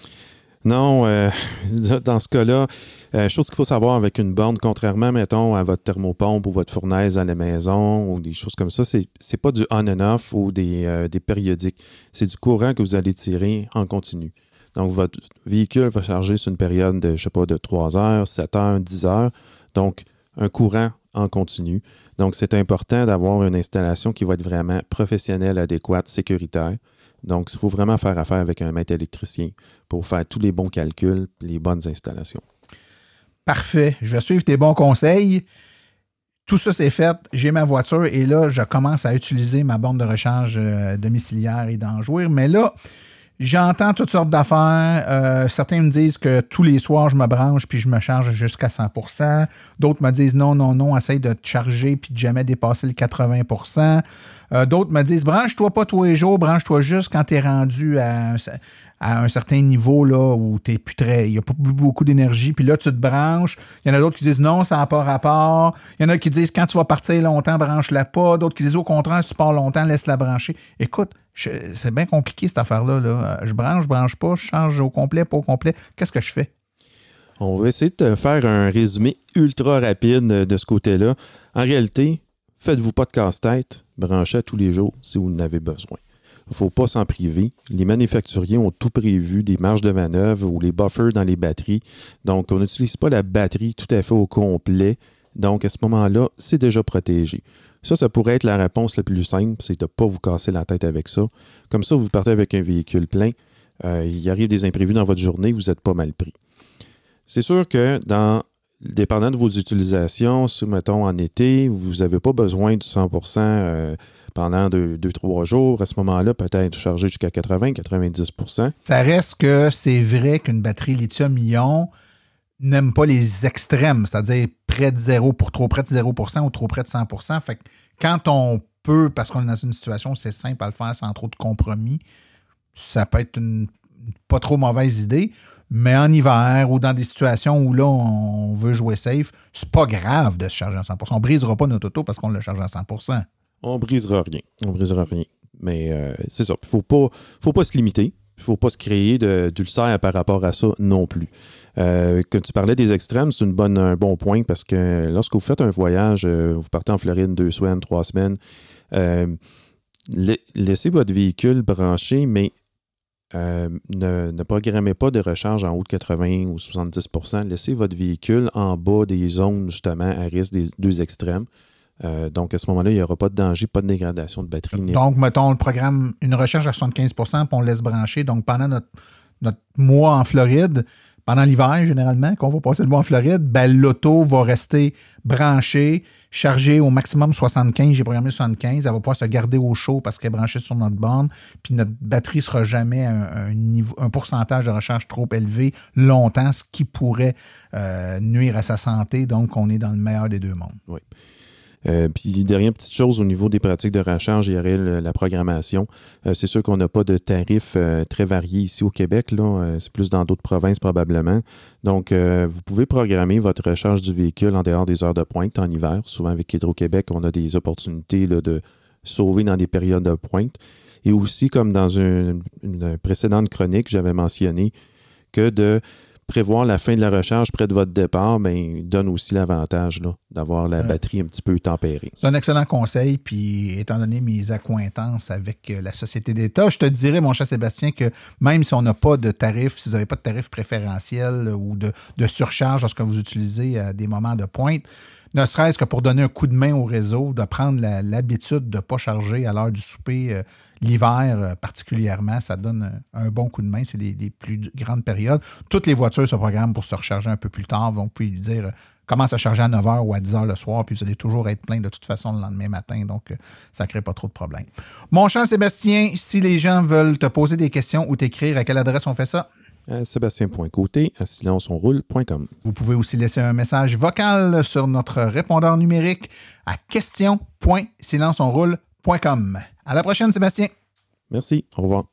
Non, euh, dans ce cas-là, euh, chose qu'il faut savoir avec une borne, contrairement, mettons, à votre thermopompe ou votre fournaise à la maison ou des choses comme ça, c'est, c'est pas du on and off ou des, euh, des périodiques. C'est du courant que vous allez tirer en continu. Donc, votre véhicule va charger sur une période de, je sais pas, de trois heures, sept heures, dix heures. Donc, un courant en continu. Donc, c'est important d'avoir une installation qui va être vraiment professionnelle, adéquate, sécuritaire. Donc, il faut vraiment faire affaire avec un maître électricien pour faire tous les bons calculs, les bonnes installations. Parfait. Je vais suivre tes bons conseils. Tout ça, c'est fait. J'ai ma voiture et là, je commence à utiliser ma borne de recharge euh, domiciliaire et d'en jouir. Mais là, j'entends toutes sortes d'affaires. Euh, certains me disent que tous les soirs, je me branche puis je me charge jusqu'à cent pour cent. D'autres me disent non, non, non, essaye de te charger puis de jamais dépasser le quatre-vingts pour cent. Euh, d'autres me disent branche-toi pas tous les jours, branche-toi juste quand tu es rendu à, à un certain niveau là, où tu es plus très. Il n'y a pas beaucoup d'énergie, puis là, tu te branches. Il y en a d'autres qui disent non, ça n'a pas rapport. Il y en a qui disent quand tu vas partir longtemps, branche-la pas. D'autres qui disent au contraire, si tu pars longtemps, laisse-la brancher. Écoute, je, c'est bien compliqué cette affaire-là. Là. Je branche, je branche pas, je change au complet, pas au complet. Qu'est-ce que je fais? On va essayer de te faire un résumé ultra rapide de ce côté-là. En réalité, faites-vous pas de casse-tête, branchez tous les jours si vous en avez besoin. Il ne faut pas s'en priver. Les manufacturiers ont tout prévu, des marges de manœuvre ou les buffers dans les batteries. Donc, on n'utilise pas la batterie tout à fait au complet. Donc, à ce moment-là, c'est déjà protégé. Ça, ça pourrait être la réponse la plus simple, c'est de ne pas vous casser la tête avec ça. Comme ça, vous partez avec un véhicule plein, euh, il arrive des imprévus dans votre journée, vous êtes pas mal pris. C'est sûr que dans dépendant de vos utilisations, si, mettons, en été, vous n'avez pas besoin du cent pour cent euh, pendant deux trois jours. À ce moment-là, peut-être charger jusqu'à quatre-vingts à quatre-vingt-dix pour cent. Ça reste que c'est vrai qu'une batterie lithium-ion n'aime pas les extrêmes, c'est-à-dire près de zéro pour trop près de zéro pour cent ou trop près de cent pour cent. Fait que quand on peut, parce qu'on est dans une situation où c'est simple à le faire sans trop de compromis, ça peut être une pas trop mauvaise idée. Mais en hiver ou dans des situations où là, on veut jouer safe, c'est pas grave de se charger à cent pour cent. On ne brisera pas notre auto parce qu'on le charge à cent pour cent. On brisera rien. On brisera rien. Mais euh, c'est ça. Il ne faut pas, faut pas se limiter. Il ne faut pas se créer de, d'ulcères par rapport à ça non plus. Euh, quand tu parlais des extrêmes, c'est une bonne, un bon point parce que lorsque vous faites un voyage, euh, vous partez en Floride deux semaines, trois semaines, euh, la- laissez votre véhicule branché, mais Euh, ne, ne programmez pas de recharge en haut de quatre-vingts ou soixante-dix pour cent. Laissez votre véhicule en bas des zones justement à risque des deux extrêmes. Euh, donc, à ce moment-là, il n'y aura pas de danger, pas de dégradation de batterie. Donc, mettons le programme, une recharge à soixante-quinze pour cent, puis on laisse brancher. Donc, pendant notre, notre mois en Floride, pendant l'hiver, généralement, qu'on va passer le mois en Floride, ben, l'auto va rester branchée, chargée au maximum soixante-quinze. J'ai programmé soixante-quinze. Elle va pouvoir se garder au chaud parce qu'elle est branchée sur notre borne. Puis notre batterie ne sera jamais à un, un, niveau, un pourcentage de recharge trop élevé longtemps, ce qui pourrait euh, nuire à sa santé. Donc, on est dans le meilleur des deux mondes. Oui. Euh, puis, dernière petite chose, au niveau des pratiques de recharge, il y aurait le, la programmation. Euh, c'est sûr qu'on n'a pas de tarifs euh, très variés ici au Québec. Là. Euh, c'est plus dans d'autres provinces probablement. Donc, euh, vous pouvez programmer votre recharge du véhicule en dehors des heures de pointe en hiver. Souvent, avec Hydro-Québec, on a des opportunités là, de sauver dans des périodes de pointe. Et aussi, comme dans une, une précédente chronique, j'avais mentionné que de prévoir la fin de la recharge près de votre départ, bien, donne aussi l'avantage là, d'avoir la batterie un petit peu tempérée. C'est un excellent conseil, puis étant donné mes accointances avec la Société d'État, je te dirais, mon cher Sébastien, que même si on n'a pas de tarif, si vous n'avez pas de tarif préférentiel ou de, de surcharge lorsque vous utilisez à des moments de pointe, ne serait-ce que pour donner un coup de main au réseau, de prendre la, l'habitude de ne pas charger à l'heure du souper, euh, l'hiver euh, particulièrement, ça donne un, un bon coup de main. C'est les, les plus grandes périodes. Toutes les voitures se programment pour se recharger un peu plus tard. Vous pouvez lui dire, euh, commence à charger à neuf heures ou à dix heures le soir, puis vous allez toujours être plein de toute façon le lendemain matin. Donc, euh, ça ne crée pas trop de problèmes. Mon cher Sébastien, si les gens veulent te poser des questions ou t'écrire, à quelle adresse on fait ça? À sébastien point côté à silence on roule point com. Vous pouvez aussi laisser un message vocal sur notre répondeur numérique à question point silence on roule point com. À la prochaine, Sébastien. Merci. Au revoir.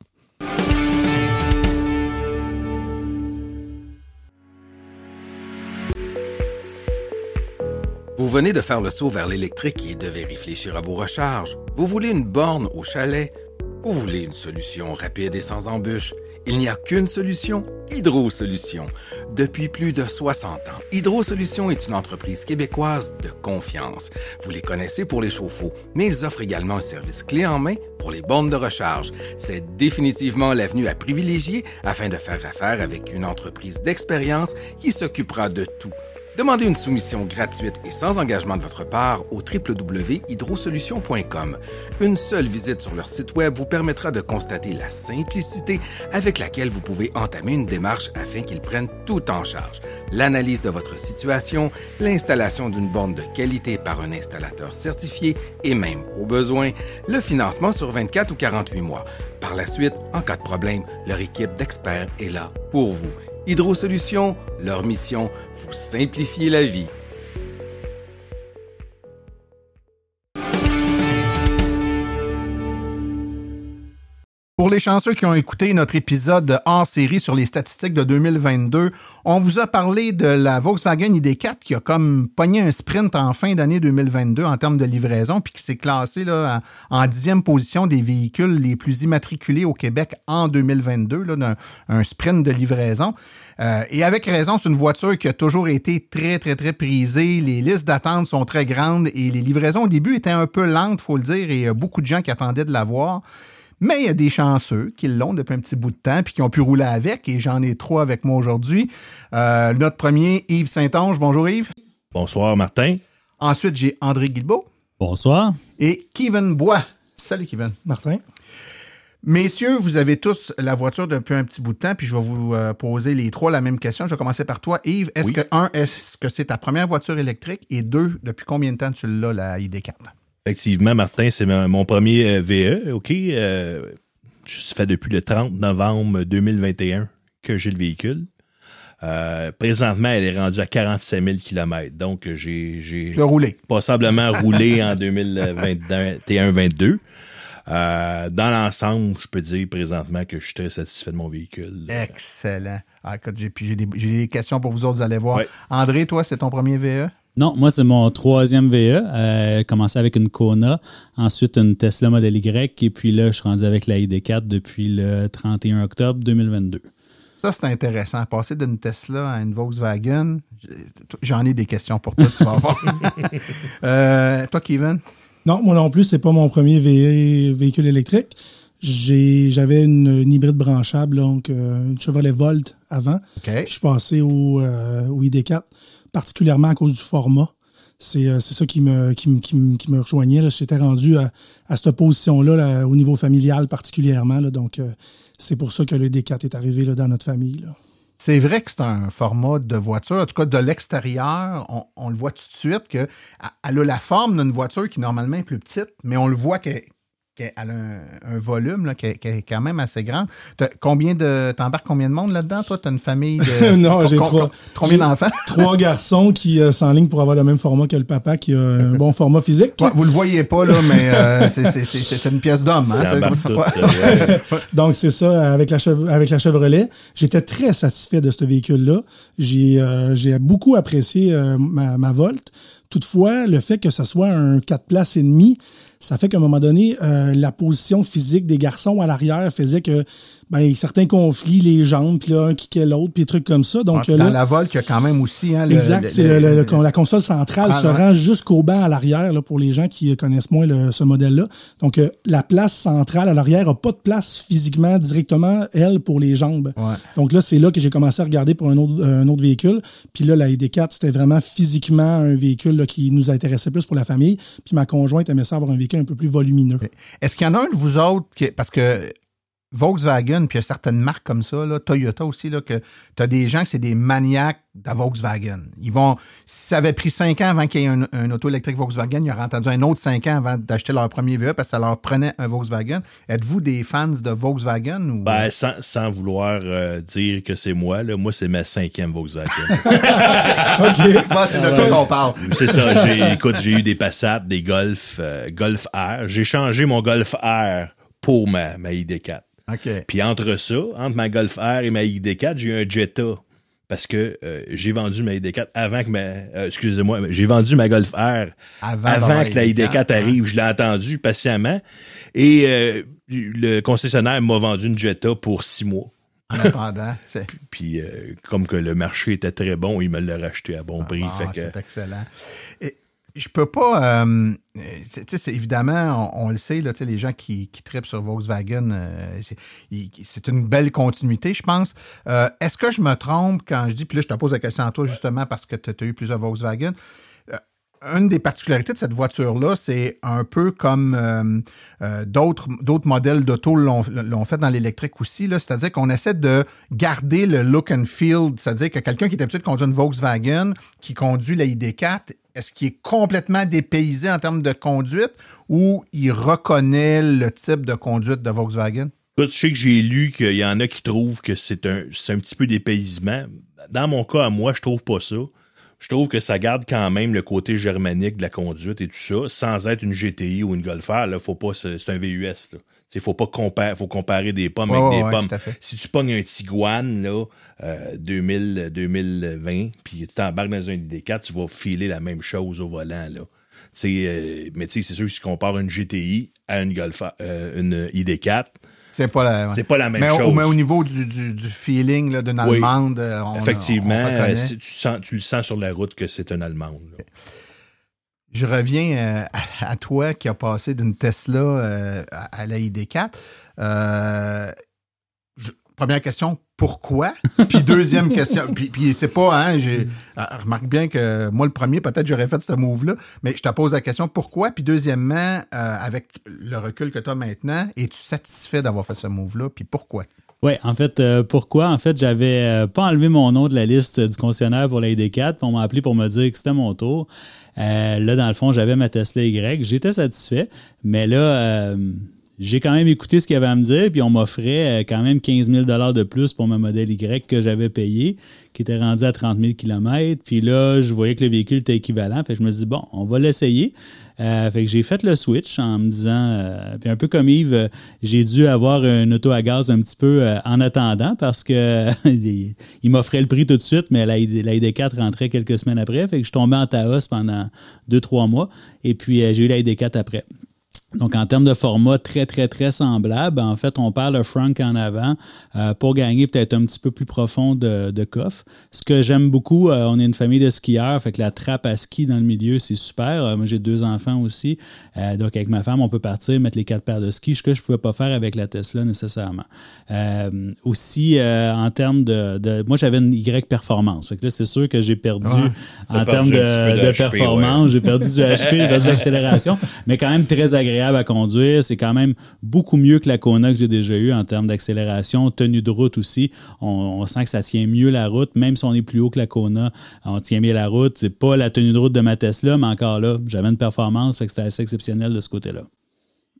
Vous venez de faire le saut vers l'électrique et devez réfléchir à vos recharges. Vous voulez une borne au chalet? Vous voulez une solution rapide et sans embûches? Il n'y a qu'une solution, Hydro Solutions. Depuis plus de soixante ans, Hydro Solutions est une entreprise québécoise de confiance. Vous les connaissez pour les chauffe-eau, mais ils offrent également un service clé en main pour les bornes de recharge. C'est définitivement l'avenue à privilégier afin de faire affaire avec une entreprise d'expérience qui s'occupera de tout. Demandez une soumission gratuite et sans engagement de votre part au w w w point hydrosolutions point com. Une seule visite sur leur site web vous permettra de constater la simplicité avec laquelle vous pouvez entamer une démarche afin qu'ils prennent tout en charge. L'analyse de votre situation, l'installation d'une borne de qualité par un installateur certifié et même, au besoin, le financement sur vingt-quatre ou quarante-huit mois. Par la suite, en cas de problème, leur équipe d'experts est là pour vous. Hydro Solutions, leur mission, vous simplifier la vie. Pour les chanceux qui ont écouté notre épisode hors série sur les statistiques de deux mille vingt-deux, on vous a parlé de la Volkswagen I D quatre qui a comme pogné un sprint en fin d'année deux mille vingt-deux en termes de livraison, puis qui s'est classé là, en dixième position des véhicules les plus immatriculés au Québec en deux mille vingt-deux, là, d'un un sprint de livraison. Euh, et avec raison, c'est une voiture qui a toujours été très, très, très prisée. Les listes d'attente sont très grandes et les livraisons au début étaient un peu lentes, il faut le dire, et il y a beaucoup de gens qui attendaient de la voir. Mais il y a des chanceux qui l'ont depuis un petit bout de temps puis qui ont pu rouler avec, et j'en ai trois avec moi aujourd'hui. Euh, notre premier, Yves Saint-Onge. Bonjour Yves. Bonsoir Martin. Ensuite, j'ai André Guilbeault. Bonsoir. Et Kevin Bois. Salut Kevin. Martin. Messieurs, vous avez tous la voiture depuis un petit bout de temps, puis je vais vous euh, poser les trois la même question. Je vais commencer par toi, Yves. Est-ce oui. que, un, est-ce que c'est ta première voiture électrique? Et deux, depuis combien de temps tu l'as, la I D quatre? Effectivement, Martin, c'est mon premier V E, OK? Euh, je suis fait depuis le trente novembre deux mille vingt et un que j'ai le véhicule. Euh, présentement, elle est rendue à quarante-sept mille kilomètres. Donc, j'ai, j'ai roulé. Possiblement roulé en deux mille vingt et un vingt-deux. Euh, dans l'ensemble, je peux dire présentement que je suis très satisfait de mon véhicule. Excellent. Ah, écoute, j'ai, puis j'ai, des, j'ai des questions pour vous autres, vous allez voir. Ouais. André, toi, c'est ton premier V E? Non, moi, c'est mon troisième V E. Euh, commencé avec une Kona, ensuite une Tesla Model Y, et puis là, je suis rendu avec la I D quatre depuis le trente et un octobre deux mille vingt-deux. Ça, c'est intéressant. Passer d'une Tesla à une Volkswagen, j'en ai des questions pour toi, tu vas voir. euh, toi, Kevin? Non, moi non plus, c'est pas mon premier vé- véhicule électrique. J'ai, j'avais une, une hybride branchable, donc euh, une Chevrolet Volt avant. Okay. Je suis passé au, euh, au I D quatre, particulièrement à cause du format. C'est, euh, c'est ça qui me, qui, me, qui, me, qui me rejoignait. Là. J'étais rendu à, à cette position-là, là, au niveau familial particulièrement. Là, donc, euh, c'est pour ça que le I D quatre est arrivé là, dans notre famille. Là. C'est vrai que c'est un format de voiture, en tout cas de l'extérieur, on, on le voit tout de suite qu'elle a la forme d'une voiture qui normalement est plus petite, mais on le voit qu'elle, qu'elle a un, un volume là, qui, est, qui est quand même assez grand. T'as combien de, t'embarques combien de monde là-dedans? Toi, tu as une famille de... non, j'ai com- trois. Combien d'enfants? Trois garçons qui euh, s'enlignent pour avoir le même format que le papa, qui a un bon format physique. Ouais, vous le voyez pas, là, mais euh, c'est, c'est, c'est, c'est une pièce d'homme. Hein, c'est c'est tout, ouais. Donc, c'est ça, avec la, Chev- avec la Chevrolet. J'étais très satisfait de ce véhicule-là. J'ai, euh, j'ai beaucoup apprécié euh, ma, ma Volt. Toutefois, le fait que ce soit un quatre places et demi, ça fait qu'à un moment donné, euh, la position physique des garçons à l'arrière faisait que ben certains conflits, les jambes, puis là, un kickait l'autre, puis des trucs comme ça. Donc, ouais, là, dans la Volt, il y a quand même aussi... Hein, le, exact, le, c'est le, le, le, le, le, la console centrale ah, se ouais. rend jusqu'au banc à l'arrière, là, pour les gens qui connaissent moins le, ce modèle-là. Donc, euh, la place centrale à l'arrière n'a pas de place physiquement, directement, elle, pour les jambes. Ouais. Donc là, c'est là que j'ai commencé à regarder pour un autre, un autre véhicule. Puis là, la I D quatre, c'était vraiment physiquement un véhicule là, qui nous intéressait plus pour la famille. Puis ma conjointe aimait ça avoir un véhicule un peu plus volumineux. Est-ce qu'il y en a un de vous autres, qui, parce que Volkswagen, puis il y a certaines marques comme ça, là, Toyota aussi, là, que tu as des gens que c'est des maniaques de Volkswagen. Ils vont, si ça avait pris cinq ans avant qu'il y ait un, un auto électrique Volkswagen, ils auraient entendu un autre cinq ans avant d'acheter leur premier V E parce que ça leur prenait un Volkswagen. Êtes-vous des fans de Volkswagen? Ou... Ben, sans, sans vouloir euh, dire que c'est moi, là, moi, c'est ma cinquième Volkswagen. OK. Bon, c'est de toi qu'on parle. C'est ça. J'ai, écoute, j'ai eu des Passat, des Golf, euh, Golf R. J'ai changé mon Golf R pour ma, ma I D quatre. Okay. Puis entre ça, entre ma Golf R et ma I D quatre, j'ai eu un Jetta. Parce que euh, j'ai vendu ma I D quatre avant que ma... Euh, excusez-moi, j'ai vendu ma Golf R avant, avant que la I D quatre arrive. Hein? Je l'ai entendu patiemment. Et euh, le concessionnaire m'a vendu une Jetta pour six mois. En attendant. C'est... Puis euh, comme que le marché était très bon, il me l'a racheté à bon ah, prix. Ah, fait que... c'est excellent. Et... Je peux pas... Euh, c'est, c'est, évidemment, on, on le sait, là, les gens qui, qui trippent sur Volkswagen, euh, c'est, il, c'est une belle continuité, je pense. Euh, est-ce que je me trompe quand je dis... Puis là, je te pose la question à toi, justement, parce que tu as eu plusieurs Volkswagen. Euh, une des particularités de cette voiture-là, c'est un peu comme euh, euh, d'autres, d'autres modèles d'auto l'ont, l'ont fait dans l'électrique aussi. Là, c'est-à-dire qu'on essaie de garder le look and feel. C'est-à-dire que quelqu'un qui est habitué de conduire une Volkswagen, qui conduit la I D quatre... Est-ce qu'il est complètement dépaysé en termes de conduite ou il reconnaît le type de conduite de Volkswagen? Écoute, je sais que j'ai lu qu'il y en a qui trouvent que c'est un, c'est un petit peu dépaysement. Dans mon cas, à moi, je trouve pas ça. Je trouve que ça garde quand même le côté germanique de la conduite et tout ça, sans être une G T I ou une Golf R. Là, faut pas, c'est, c'est un V U S. Là. Il faut pas comparer, faut comparer des pommes oh, avec des ouais, pommes. Si tu pognes un Tiguan là, euh, deux mille, deux mille vingt, puis tu t'embarques dans un I D quatre, tu vas filer la même chose au volant. Là. Euh, mais c'est sûr, si tu compares une G T I à une, Golf, euh, une I D quatre, c'est pas la, ouais. c'est pas la même mais chose. Au, mais au niveau du, du, du feeling là, d'une oui. Allemande, on, effectivement, on, on si tu, sens, tu le sens sur la route que c'est une Allemande. Là. Je reviens euh, à, à toi qui a passé d'une Tesla euh, à, à la I D quatre. Euh, je, première question, pourquoi? Puis deuxième question, puis, puis c'est pas, hein, j'ai, remarque bien que moi, le premier, peut-être j'aurais fait ce move-là, mais je te pose la question, pourquoi? Puis deuxièmement, euh, avec le recul que tu as maintenant, es-tu satisfait d'avoir fait ce move-là? Puis pourquoi? Oui, en fait, euh, pourquoi? En fait, j'avais euh, pas enlevé mon nom de la liste du concessionnaire pour la I D quatre, puis on m'a appelé pour me dire que c'était mon tour. Euh, là, dans le fond, j'avais ma Tesla Y. J'étais satisfait, mais là, euh, j'ai quand même écouté ce qu'il y avait à me dire, puis on m'offrait euh, quand même quinze mille dollars de plus pour mon modèle Y que j'avais payé, qui était rendu à trente mille kilomètres. Puis là, je voyais que le véhicule était équivalent. Fait que je me suis dit, bon, on va l'essayer. Euh, fait que j'ai fait le switch en me disant, euh, puis un peu comme Yves, euh, j'ai dû avoir une auto à gaz un petit peu euh, en attendant parce que euh, il, il m'offrait le prix tout de suite, mais la, la I D quatre rentrait quelques semaines après. Fait que je tombais en taos pendant deux, trois mois. Et puis, euh, j'ai eu la I D quatre après. Donc, en termes de format très, très, très semblable, en fait, on perd le frunk en avant euh, pour gagner peut-être un petit peu plus profond de, de coffre. Ce que j'aime beaucoup, euh, on est une famille de skieurs, fait que la trappe à ski dans le milieu, c'est super. Euh, moi, j'ai deux enfants aussi. Euh, donc, avec ma femme, on peut partir, mettre les quatre paires de ski, ce que je ne pouvais pas faire avec la Tesla nécessairement. Euh, aussi, euh, en termes de, de... Moi, j'avais une Y performance. Fait que là, c'est sûr que j'ai perdu ouais. en termes de, de, de H P, performance. Ouais. J'ai perdu du H P, j'ai perdu de l'accélération, mais quand même très agréable à conduire. C'est quand même beaucoup mieux que la Kona que j'ai déjà eue en termes d'accélération, tenue de route aussi. On, on sent que ça tient mieux la route, même si on est plus haut que la Kona, on tient mieux la route. C'est pas la tenue de route de ma Tesla, mais encore là, j'avais une performance, fait que c'était assez exceptionnel de ce côté-là.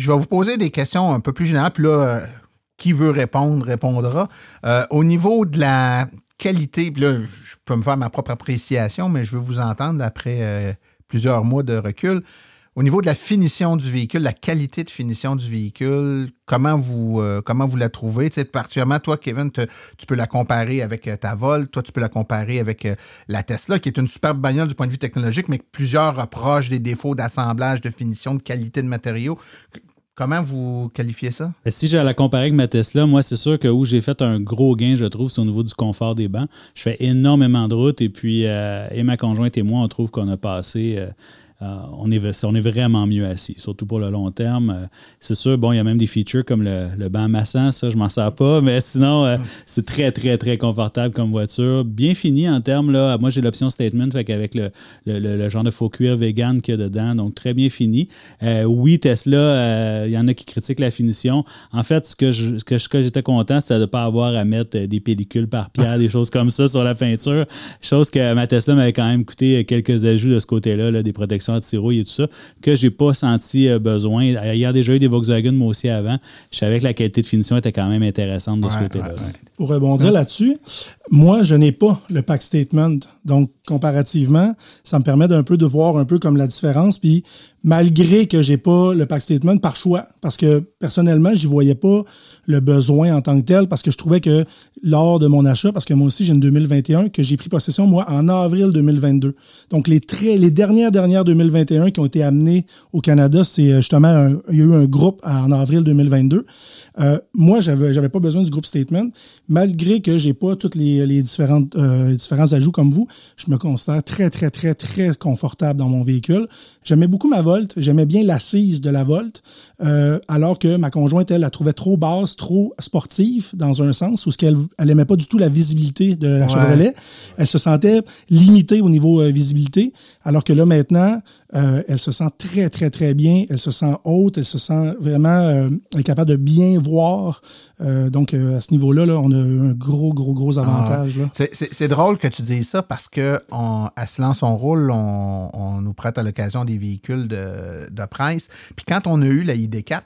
je vais vous poser des questions un peu plus générales, puis là, euh, qui veut répondre, répondra. Euh, au niveau de la qualité, puis là, je peux me faire ma propre appréciation, mais je veux vous entendre après euh, plusieurs mois de recul. Au niveau de la finition du véhicule, la qualité de finition du véhicule, comment vous, euh, comment vous la trouvez? Tu sais, particulièrement, toi, Kevin, te, tu peux la comparer avec euh, ta Volt, toi, tu peux la comparer avec euh, la Tesla, qui est une superbe bagnole du point de vue technologique, mais que plusieurs reprochent des défauts d'assemblage, de finition, de qualité de matériaux. Comment vous qualifiez ça? Si j'ai à la comparer avec ma Tesla, moi, c'est sûr que où j'ai fait un gros gain, je trouve, c'est au niveau du confort des bancs. Je fais énormément de route et puis, euh, et ma conjointe et moi, on trouve qu'on a passé... Euh, Euh, on, est, on est vraiment mieux assis, surtout pour le long terme. Euh, c'est sûr, bon, il y a même des features comme le, le banc massant, ça, je m'en sers pas, mais sinon, euh, c'est très, très, très confortable comme voiture. Bien fini en termes, là, moi, j'ai l'option Statement, fait qu'avec le, le, le, le genre de faux cuir vegan qu'il y a dedans, donc très bien fini. Euh, oui, Tesla, il euh, y en a qui critiquent la finition. En fait, ce que, je, ce que, ce que j'étais content, c'était de ne pas avoir à mettre des pellicules par pierre, des choses comme ça sur la peinture, chose que ma Tesla m'avait quand même coûté quelques ajouts de ce côté-là, là, des protections anti-rouille et tout ça, que j'ai pas senti euh, besoin. Il y a déjà eu des Volkswagen, moi aussi, avant. Je savais que la qualité de finition était quand même intéressante de ouais, ce côté-là. Ouais, ouais. Pour rebondir ouais. là-dessus, moi, je n'ai pas le pack statement. Donc, comparativement, ça me permet d'un peu de voir un peu comme la différence. Puis, malgré que j'ai pas le pack statement par choix, parce que personnellement, j'y voyais pas le besoin en tant que tel, parce que je trouvais que lors de mon achat, parce que moi aussi j'ai une deux mille vingt et un, que j'ai pris possession moi en avril deux mille vingt-deux. Donc les très les dernières dernières deux mille vingt et un qui ont été amenées au Canada, c'est justement un, il y a eu un groupe en avril deux mille vingt-deux. Euh, moi, j'avais j'avais pas besoin du groupe statement, malgré que j'ai pas toutes les les différentes euh, les différents ajouts comme vous. Je me considère très très très très confortable dans mon véhicule. J'aimais beaucoup ma Volt, j'aimais bien l'assise de la Volt, euh, alors que ma conjointe, elle, la trouvait trop basse, trop sportive dans un sens, où ce qu'elle elle aimait pas du tout la visibilité de la ouais. Chevrolet. Elle se sentait limitée au niveau euh, visibilité, alors que là maintenant, euh, elle se sent très très très bien, elle se sent haute, elle se sent vraiment euh, elle est capable de bien voir. Euh, donc euh, à ce niveau-là, là, on a un gros gros gros avantage. Ah, là. C'est, c'est, c'est drôle que tu dises ça parce que on, à Silence on roule, on, on nous prête à l'occasion des véhicules de, de presse. Puis quand on a eu la I D quatre,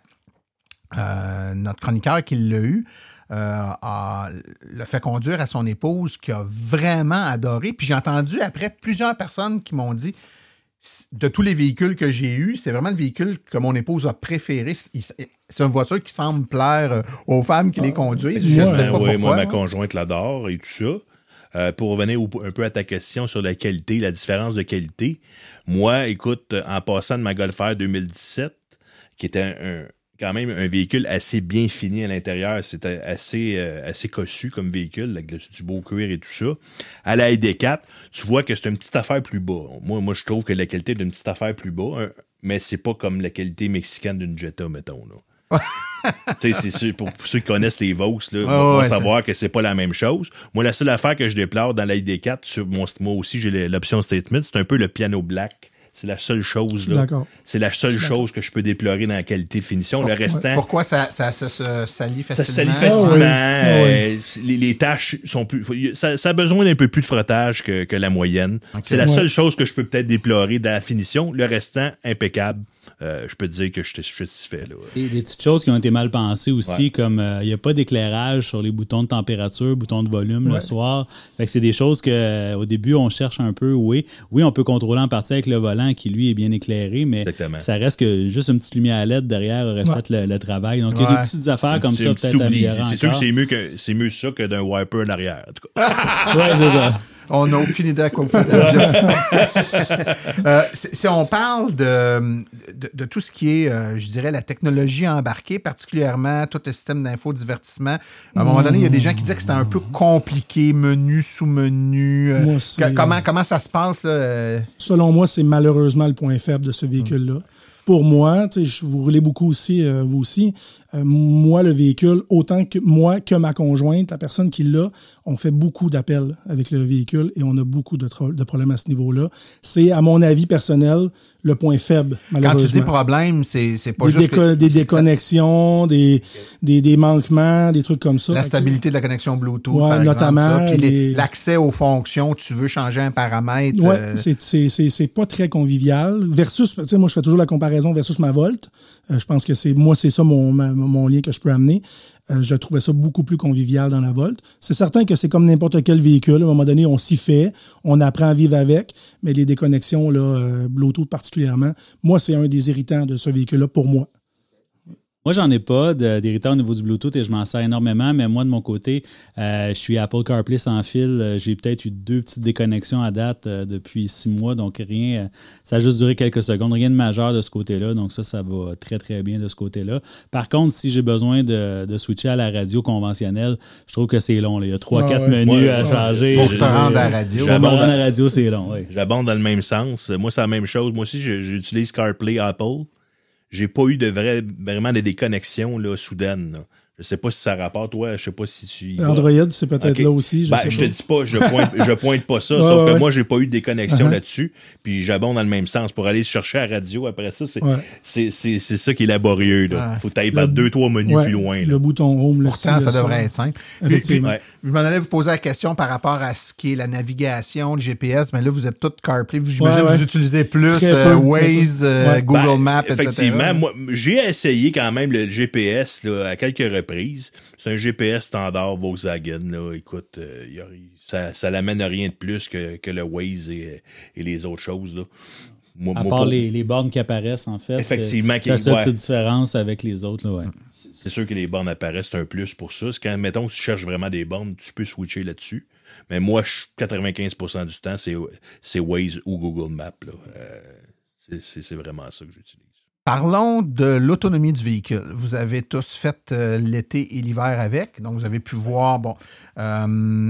euh, notre chroniqueur qui l'a eu euh, a, l'a fait conduire à son épouse qui a vraiment adoré. Puis j'ai entendu après plusieurs personnes qui m'ont dit de tous les véhicules que j'ai eus, c'est vraiment le véhicule que mon épouse a préféré. C'est une voiture qui semble plaire aux femmes qui ah, les conduisent. Je ouais, sais pas oui, pourquoi. Moi, ma conjointe l'adore et tout ça. Euh, pour revenir au, un peu à ta question sur la qualité, la différence de qualité, moi, écoute, en passant de ma Golf R deux mille dix-sept, qui était un, un, quand même un véhicule assez bien fini à l'intérieur, c'était assez, euh, assez cossu comme véhicule, avec du beau cuir et tout ça, à la I D quatre, tu vois que c'est une petite affaire plus bas. Moi, moi je trouve que la qualité d'une petite affaire plus bas, hein, mais c'est pas comme la qualité mexicaine d'une Jetta, mettons, là. C'est sûr, pour, pour ceux qui connaissent les Vaux, là, oh, vont ouais, savoir c'est... que c'est pas la même chose. Moi, la seule affaire que je déplore dans la I D quatre, sur mon, moi aussi j'ai l'option Statement, c'est un peu le piano black. C'est la seule chose là. D'accord. C'est la seule chose que je peux déplorer dans la qualité de finition. Pour, le restant. Pourquoi ça, ça, ça, ça, ça salit facilement? Ça salit facilement. Oh, oui. euh, oh, oui. les, les tâches sont plus. Ça, ça a besoin d'un peu plus de frottage que, que la moyenne. Okay. C'est la ouais. seule chose que je peux peut-être déplorer dans la finition. Le restant, impeccable. Euh, je peux te dire que je suis satisfait. Là. Et des petites choses qui ont été mal pensées aussi, ouais. comme il euh, n'y a pas d'éclairage sur les boutons de température, boutons de volume ouais. le soir. Fait que c'est des choses qu'au euh, début, on cherche un peu. Oui, oui, on peut contrôler en partie avec le volant qui, lui, est bien éclairé, mais Exactement. Ça reste que juste une petite lumière à L E D derrière aurait ouais. fait le, le travail. Donc, il ouais. y a des petites affaires un comme petit, ça, peut-être améliorer encore. C'est sûr que c'est mieux, que, c'est mieux ça que d'un wiper en arrière, en tout cas. Oui, c'est ça. On n'a aucune idée à quoi vous faites euh, si on parle de, de, de tout ce qui est, euh, je dirais, la technologie embarquée, particulièrement tout le système d'infodivertissement, à un moment donné, il y a des gens qui disaient que c'était un peu compliqué, menu sous menu. Euh, moi, comment, comment ça se passe? Là, euh... Selon moi, c'est malheureusement le point faible de ce véhicule-là. Mmh. Pour moi, vous roulez beaucoup aussi, euh, vous aussi, Euh, moi, le véhicule, autant que moi que ma conjointe, la personne qui l'a, on fait beaucoup d'appels avec le véhicule et on a beaucoup de, tro- de problèmes à ce niveau-là. C'est, à mon avis personnel, le point faible, malheureusement. Quand tu dis problème, c'est, c'est pas des juste... Déco- que, des déconnexions, des, des, des manquements, des trucs comme ça. La Fait stabilité que, de la connexion Bluetooth, ouais, par notamment, exemple. Ça, puis les... l'accès aux fonctions, tu veux changer un paramètre. Ouais, euh... c'est, c'est, c'est, c'est pas très convivial. Versus, tu sais, moi, je fais toujours la comparaison versus ma Volt. Euh, je pense que c'est, moi, c'est ça mon, ma, mon lien que je peux amener. Euh, je trouvais ça beaucoup plus convivial dans la Volt. C'est certain que c'est comme n'importe quel véhicule. À un moment donné, on s'y fait, on apprend à vivre avec, mais les déconnexions, là, euh, Bluetooth particulièrement, moi, c'est un des irritants de ce véhicule-là pour moi. Moi, j'en ai pas de- d'irritant au niveau du Bluetooth et je m'en sers énormément, mais moi, de mon côté, euh, je suis Apple CarPlay sans fil. Euh, J'ai peut-être eu deux petites déconnexions à date euh, depuis six mois, donc rien, euh, ça a juste duré quelques secondes, rien de majeur de ce côté-là, donc ça, ça va très, très bien de ce côté-là. Par contre, si j'ai besoin de, de switcher à la radio conventionnelle, je trouve que c'est long, là. Il y a trois quatre Ah ouais. menus Moi, à ouais. changer. Pour te rendre à la radio. Pour me rendre à la radio, c'est long, oui. J'abonde dans le même sens. Moi, c'est la même chose. Moi aussi, je- j'utilise CarPlay Apple. J'ai pas eu de vrai, vraiment de déconnexions là, soudaines. Là. Je sais pas si ça rapporte, toi, je sais pas si tu y vas. Android, c'est peut-être Okay. là aussi, je ben, sais je pas. te dis pas, je pointe, je pointe pas ça, Ouais, sauf ouais, que ouais. moi, j'ai pas eu de déconnexion Uh-huh. là-dessus, puis j'abonde dans le même sens. Pour aller chercher à la radio après ça, c'est, Ouais. c'est, c'est, c'est ça qui est laborieux. Là. Ouais. Faut tailler Le- par deux, trois menus Ouais, plus loin. Là. Le bouton home, le Pourtant, ci, ça le devrait être simple. Puis, puis, Effectivement. Ouais. je m'en allais vous poser la question par rapport à ce qui est la navigation, le G P S, mais là, vous êtes tous CarPlay. Vous- J'imagine Ouais, que ouais. vous utilisez plus Très euh, peu, très Waze, peu. euh, Ouais. Google Ben, Maps, et cetera. effectivement, moi, j'ai essayé quand même le G P S là, à quelques reprises. C'est un G P S standard Volkswagen. Là. Écoute, euh, y a- ça, ça l'amène à rien de plus que, que le Waze et, et les autres choses. Là. Moi, À moi, part pour- les, les bornes qui apparaissent, en fait. Effectivement, euh, qui- la seule ouais. petite différence avec les autres, là, ouais. C'est sûr que les bornes apparaissent, c'est un plus pour ça. C'est quand, mettons, que tu cherches vraiment des bornes, tu peux switcher là-dessus. Mais moi, je- quatre-vingt-quinze pour cent du temps, c'est, c'est Waze ou Google Maps. Là. Euh, c'est, c'est, c'est vraiment ça que j'utilise. Parlons de l'autonomie du véhicule. Vous avez tous fait euh, l'été et l'hiver avec, donc vous avez pu voir, bon, euh,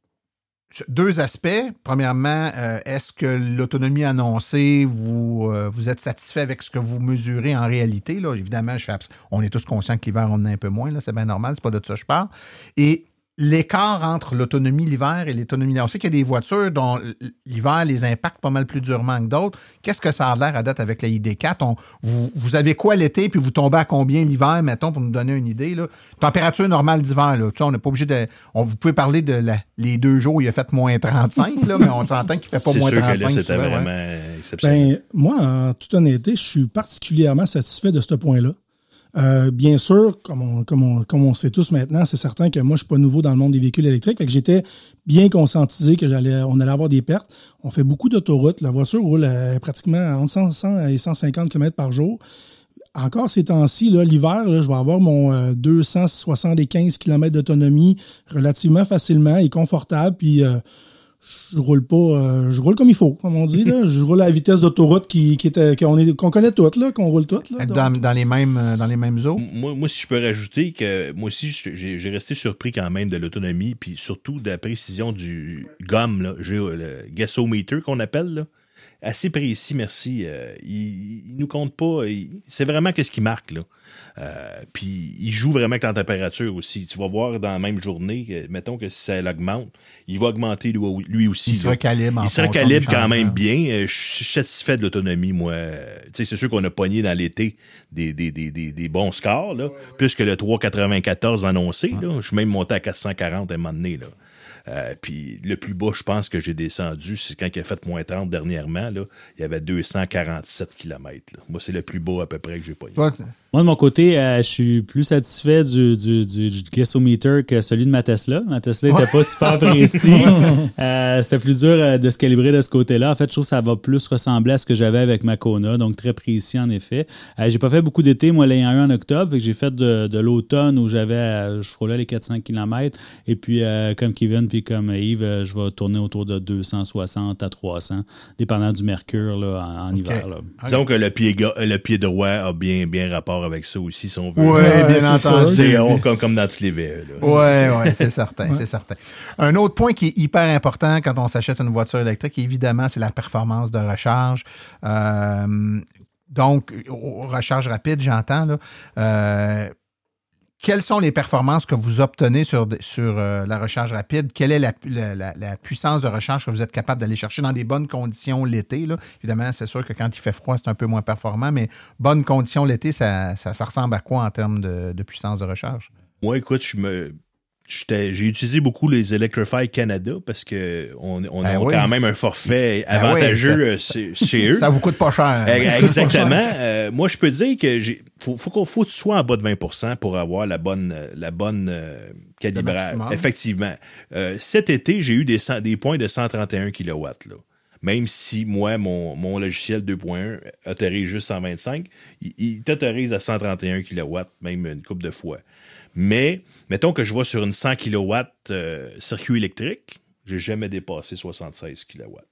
deux aspects. Premièrement, euh, est-ce que l'autonomie annoncée, vous, euh, vous êtes satisfait avec ce que vous mesurez en réalité? Là? Évidemment, je fais abs- on est tous conscients que l'hiver, on en a un peu moins, là, c'est bien normal, c'est pas de ça que je parle. Et l'écart entre l'autonomie l'hiver et l'autonomie l'hiver. On sait qu'il y a des voitures dont l'hiver les impacte pas mal plus durement que d'autres. Qu'est-ce que ça a l'air à date avec la I D quatre? On, vous, vous avez quoi l'été, puis vous tombez à combien l'hiver, mettons, pour nous donner une idée? Là? Température normale d'hiver, là. Tu sais, on n'est pas obligé de... On, vous pouvez parler de la, les deux jours où il a fait moins trente-cinq, là, mais on s'entend qu'il ne fait pas c'est moins sûr trente-cinq. que là, c'était souvent, vraiment ouais. exceptionnel. Ben, moi, en toute honnêteté, je suis particulièrement satisfait de ce point-là. Euh, bien sûr, comme on, comme, on, comme on sait tous maintenant, c'est certain que moi, je suis pas nouveau dans le monde des véhicules électriques, fait que j'étais bien conscientisé que j'allais, on allait avoir des pertes. On fait beaucoup d'autoroutes. La voiture roule à pratiquement entre cent, cent et cent cinquante kilomètres par jour. Encore ces temps-ci, là, l'hiver, là, je vais avoir mon euh, deux cent soixante-quinze kilomètres d'autonomie relativement facilement et confortable, puis euh, je roule pas, euh, je roule comme il faut, comme on dit, là. Je roule à la vitesse d'autoroute qui, qui était, qu'on est, qu'on connaît toutes, là, qu'on roule toutes, là. Dans, dans, les mêmes, euh, dans les mêmes eaux? Moi, moi, si je peux rajouter que moi aussi, j'ai, j'ai resté surpris quand même de l'autonomie, puis surtout de la précision du gomme, là, j'ai le gasometer qu'on appelle, là. Assez précis, merci. Euh, il, il nous compte pas. Il, c'est vraiment qu'est-ce qui marque, là. Euh, puis il joue vraiment avec la température aussi. Tu vas voir dans la même journée, que, mettons que si ça l'augmente, il va augmenter lui, lui aussi. Il se là. recalibre en Il se fonction recalibre des quand même changements. bien. Euh, je suis satisfait de l'autonomie, moi. Euh, tu sais, c'est sûr qu'on a pogné dans l'été des, des, des, des, des bons scores, là. Plus que le trois quatre-vingt-quatorze annoncé, là. Je suis même monté à quatre cent quarante à un moment donné, là. Euh, puis le plus bas, je pense que j'ai descendu, c'est quand il a fait moins trente dernièrement, là, il y avait deux cent quarante-sept kilomètres. Là. Moi, c'est le plus bas à peu près que j'ai pas eu. Moi, de mon côté, euh, je suis plus satisfait du, du, du, du gasometer que celui de ma Tesla. Ma Tesla n'était pas super précis. euh, c'était plus dur euh, de se calibrer de ce côté-là. En fait, je trouve que ça va plus ressembler à ce que j'avais avec ma Kona, donc très précis en effet. Euh, j'ai pas fait beaucoup d'été, moi, l'ayant eu en octobre, fait que j'ai fait de, de l'automne où j'avais, euh, je frôlais les quatre cents kilomètres. Et puis, euh, comme Kevin puis comme Yves, euh, je vais tourner autour de deux cent soixante à trois cents, dépendant du mercure là, en, en Okay. hiver. Là. Disons que le pied, ga- le pied droit a bien, bien rapport avec ça aussi, si on veut. Oui, Ouais, bien c'est entendu. ça. C'est on, comme, comme dans tous les V E. Oui, oui, c'est certain, ouais. c'est certain. Un autre point qui est hyper important quand on s'achète une voiture électrique, évidemment, c'est la performance de recharge. Euh, donc, recharge rapide, j'entends, là. Euh, quelles sont les performances que vous obtenez sur, sur euh, la recharge rapide? Quelle est la, la, la, la puissance de recharge que vous êtes capable d'aller chercher dans des bonnes conditions l'été? Là? Évidemment, c'est sûr que quand il fait froid, c'est un peu moins performant, mais bonnes conditions l'été, ça, ça, ça ressemble à quoi en termes de, de puissance de recharge? Moi, écoute, je me... J'étais, j'ai utilisé beaucoup les Electrify Canada parce qu'on on ben a oui. quand même un forfait ben avantageux oui, ça, chez eux. Ça vous coûte pas cher. Exactement. Pas cher. Euh, moi, je peux dire que j'ai faut, faut, qu'on, faut que tu sois en bas de vingt pour cent pour avoir la bonne, la bonne euh, calibrage. Effectivement. Euh, cet été, j'ai eu des, des points de cent trente et un kilowatts. Là. Même si, moi, mon, mon logiciel deux point un autorise juste cent vingt-cinq, il, il t'autorise à cent trente et un kilowatts, même une couple de fois. Mais, mettons que je vais sur une cent kilowatts euh, circuit électrique, j'ai jamais dépassé soixante-seize kilowatts.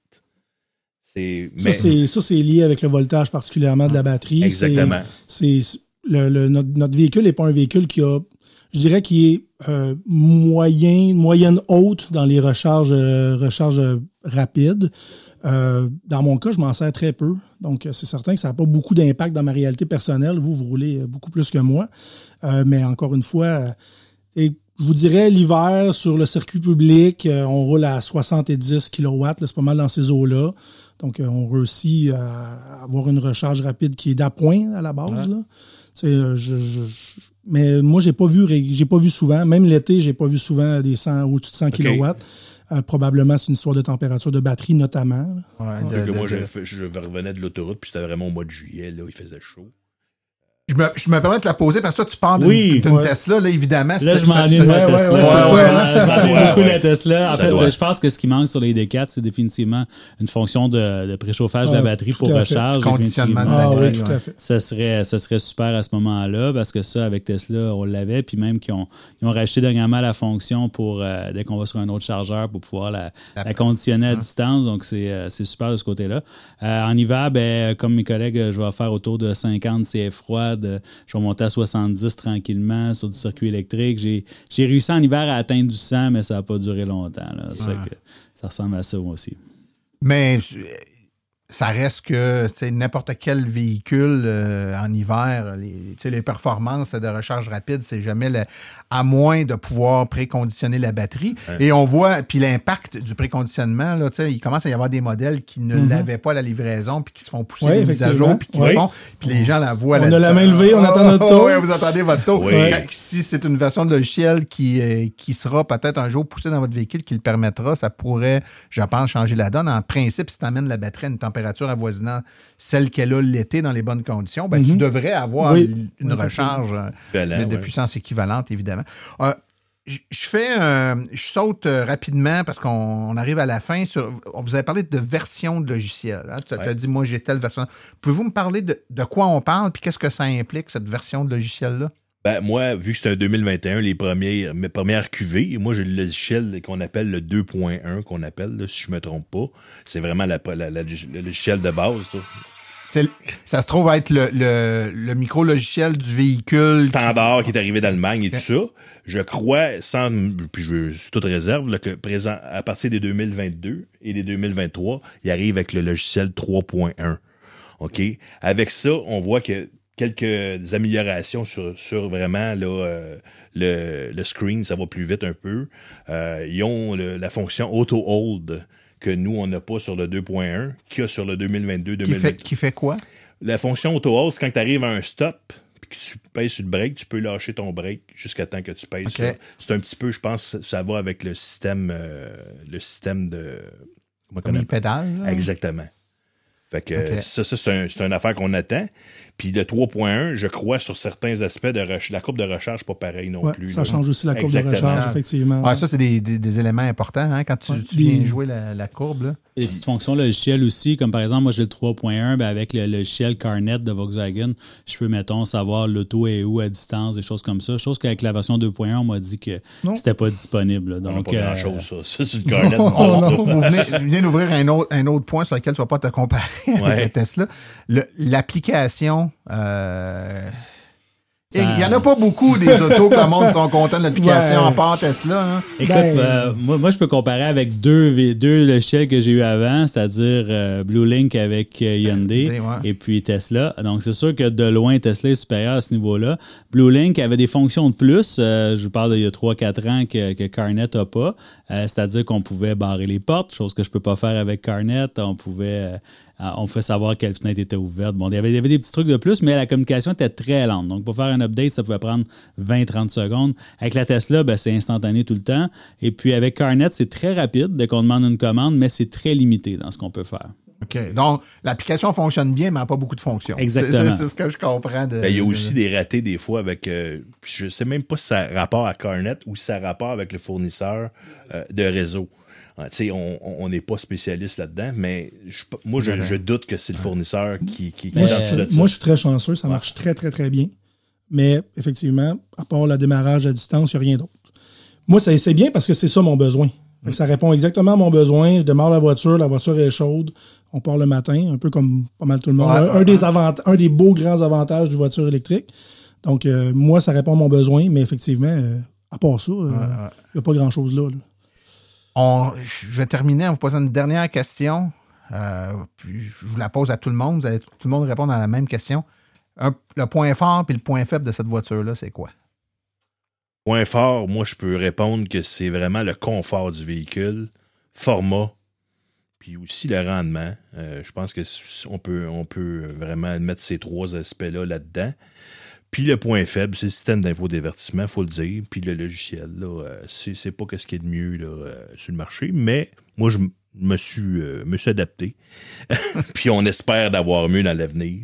C'est, ça, mais... c'est, ça, c'est lié avec le voltage particulièrement de la batterie. Exactement. C'est, c'est le, le, notre, notre véhicule n'est pas un véhicule qui a, je dirais, qui est euh, moyen, moyenne haute dans les recharges, euh, recharges rapides. Euh, dans mon cas, je m'en sers très peu. Donc, c'est certain que ça n'a pas beaucoup d'impact dans ma réalité personnelle. Vous, vous roulez beaucoup plus que moi. Euh, mais encore une fois, et je vous dirais, l'hiver, sur le circuit public, euh, on roule à soixante-dix kilowatts. Là, c'est pas mal dans ces eaux-là. Donc, euh, on réussit à avoir une recharge rapide qui est d'appoint à la base. Ouais. Là. Je, je, je, mais moi, j'ai pas vu j'ai pas vu souvent. Même l'été, j'ai pas vu souvent des cent, au-dessus de cent okay. kilowatts. Euh, probablement, c'est une histoire de température de batterie, notamment. Ouais, de, que de, moi, de... Je, je revenais de l'autoroute, puis c'était vraiment au mois de juillet, là, il faisait chaud. Je me, je me permets de la poser parce que toi, tu parles d'une, oui, d'une ouais. Tesla, là, évidemment. Là, je m'en ai de la Tesla. Ouais, ouais, c'est ouais, ça. Je m'en ai ouais, beaucoup ouais. la Tesla. En ça fait, doit. je pense que ce qui manque sur les D quatre, c'est définitivement une fonction de, de préchauffage ah, de la batterie pour recharge. Conditionnement de la batterie. Ah, oui, tout ouais. à fait. Ça serait, ça serait super à ce moment-là parce que ça, avec Tesla, on l'avait. Puis même qu'ils ont, ils ont racheté dernièrement la fonction pour, euh, dès qu'on va sur un autre chargeur, pour pouvoir la, la conditionner à distance. Donc, c'est, euh, c'est super de ce côté-là. Euh, en hiver, ben, comme mes collègues, je vais faire autour de cinquante C F froide. Je vais monter à soixante-dix tranquillement sur du circuit électrique. J'ai, j'ai réussi en hiver à atteindre du cent, mais ça n'a pas duré longtemps. Là. Ça, ouais. que, ça ressemble à ça aussi. Mais ça reste que n'importe quel véhicule euh, en hiver, les, les performances de recharge rapide, c'est jamais le, à moins de pouvoir préconditionner la batterie. Ouais. Et on voit, puis l'impact du préconditionnement, là, il commence à y avoir des modèles qui ne mm-hmm. l'avaient pas à la livraison, puis qui se font pousser ouais, des mises à jour, puis qui oui. le font, puis les gens la voient. On là a la main levée, on oh, attend notre taux. Oui, vous attendez votre taux. Oui. Quand, si c'est une version de logiciel qui, euh, qui sera peut-être un jour poussée dans votre véhicule, qui le permettra, ça pourrait, je pense, changer la donne. En principe, si tu amènes la batterie à une température avoisinant celle qu'elle a l'été dans les bonnes conditions, ben, mm-hmm. tu devrais avoir oui. une oui, recharge Valent, de, de ouais. puissance équivalente, évidemment. Euh, je fais euh, je saute rapidement parce qu'on on arrive à la fin. Sur, on vous avez parlé de version de logiciel. Hein? Tu as ouais. dit, moi, j'ai telle version. Pouvez-vous me parler de, de quoi on parle puis qu'est-ce que ça implique, cette version de logiciel-là? Ben, moi, vu que c'est un deux mille vingt et un, les premières, mes premières Q V, moi, j'ai le logiciel qu'on appelle le deux point un, qu'on appelle, là, si je ne me trompe pas. C'est vraiment la, la, la, le logiciel de base. C'est, ça se trouve être le, le, le micro-logiciel du véhicule. Standard qui, qui est arrivé d'Allemagne et okay. tout ça. Je crois, sans, puis je suis toute réserve, là, que présent, à partir des deux mille vingt-deux et des deux mille vingt-trois, il arrive avec le logiciel trois point un. OK? Avec ça, on voit que quelques améliorations sur, sur vraiment là, euh, le, le screen, ça va plus vite un peu. Euh, ils ont le, la fonction auto-hold que nous, on n'a pas sur le deux point un, qu'il y a sur le deux mille vingt-deux deux mille vingt-trois. Qui fait, qui fait quoi? La fonction auto-hold, c'est quand tu arrives à un stop puis que tu pèses sur le break, tu peux lâcher ton break jusqu'à temps que tu pèses okay. sur. C'est un petit peu, je pense, ça va avec le système, euh, le système de... Comment on appelle? Pédale? Exactement. Fait que okay. ça, ça c'est, un, c'est une affaire qu'on attend. Puis le trois point un, je crois, sur certains aspects de recherche, la courbe de recharge, pas pareil non ouais, plus. Ça là. change aussi la courbe Exactement. de recharge, effectivement. Ouais, ça, c'est des, des, des éléments importants hein, quand tu, ouais, tu viens des... jouer la, la courbe. Là. Et des petites fonctions logicielles aussi, comme par exemple, moi j'ai le trois point un, ben avec le logiciel CarNet de Volkswagen, je peux, mettons, savoir l'auto est où à distance, des choses comme ça. Chose qu'avec la version deux point un, on m'a dit que non. c'était pas disponible. Là. Donc, pas euh... grand-chose, ça. Ça, c'est le CarNet. non, non, non. Vous venez, vous venez d'ouvrir un autre, un autre point sur lequel tu vas pas te comparer ouais. avec la Tesla. Le, l'application... Euh, Il n'y en a pas beaucoup des autos que le monde sont contents de l'application Ouais. en part Tesla. Hein? Écoute, Ben, euh, moi, moi, je peux comparer avec deux, deux logiciels que j'ai eu avant, c'est-à-dire euh, Blue Link avec euh, Hyundai Hyundai, ouais. et puis Tesla. Donc, c'est sûr que de loin, Tesla est supérieur à ce niveau-là. Blue Link avait des fonctions de plus. Euh, je vous parle d'il y a trois quatre ans que, que CarNet n'a pas. Euh, c'est-à-dire qu'on pouvait barrer les portes, chose que je ne peux pas faire avec CarNet. On pouvait... Euh, on fait savoir quelle fenêtre était ouverte. Bon, il y avait, il y avait des petits trucs de plus, mais la communication était très lente. Donc, pour faire un update, ça pouvait prendre vingt à trente secondes. Avec la Tesla, ben, c'est instantané tout le temps. Et puis, avec CarNet, c'est très rapide dès qu'on demande une commande, mais c'est très limité dans ce qu'on peut faire. OK. Donc, l'application fonctionne bien, mais n'a pas beaucoup de fonctions. Exactement. C'est, c'est, c'est ce que je comprends. De, Ben, il y a de- aussi des ratés des fois avec. Euh, je ne sais même pas si ça a rapport à CarNet ou si ça a rapport avec le fournisseur euh, de réseau. Ah, on n'est pas spécialiste là-dedans, mais je, moi, je, je doute que c'est le fournisseur qui, qui, qui Moi, est je, en dessous de ça. moi, je suis très chanceux. Ça marche très, très, très bien. Mais effectivement, à part le démarrage à distance, il n'y a rien d'autre. Moi, c'est, c'est bien parce que c'est ça mon besoin. Fait que ça répond exactement à mon besoin. Je démarre la voiture, la voiture est chaude. On part le matin, un peu comme pas mal tout le monde. Ouais, un, ouais, un des ouais. avant- un des beaux grands avantages d'une voiture électrique. Donc, euh, moi, ça répond à mon besoin, mais effectivement, euh, à part ça, il n'y Ouais, ouais. a pas grand-chose là. là. On, je vais terminer en vous posant une dernière question. Euh, puis je vous la pose à tout le monde. Vous allez tout le monde répondre à la même question. Un- le point fort et le point faible de cette voiture-là, c'est quoi? Point fort, moi, je peux répondre que c'est vraiment le confort du véhicule, format, puis aussi le rendement. Euh, je pense qu'on peut, on peut vraiment mettre ces trois aspects-là là-dedans. Puis le point faible, c'est le système d'infodivertissement, il faut le dire. Puis le logiciel, là, euh, c'est, c'est pas ce qu'il y a de mieux là, euh, sur le marché, mais moi, je m- me suis, euh, me suis adapté. Puis on espère d'avoir mieux dans l'avenir.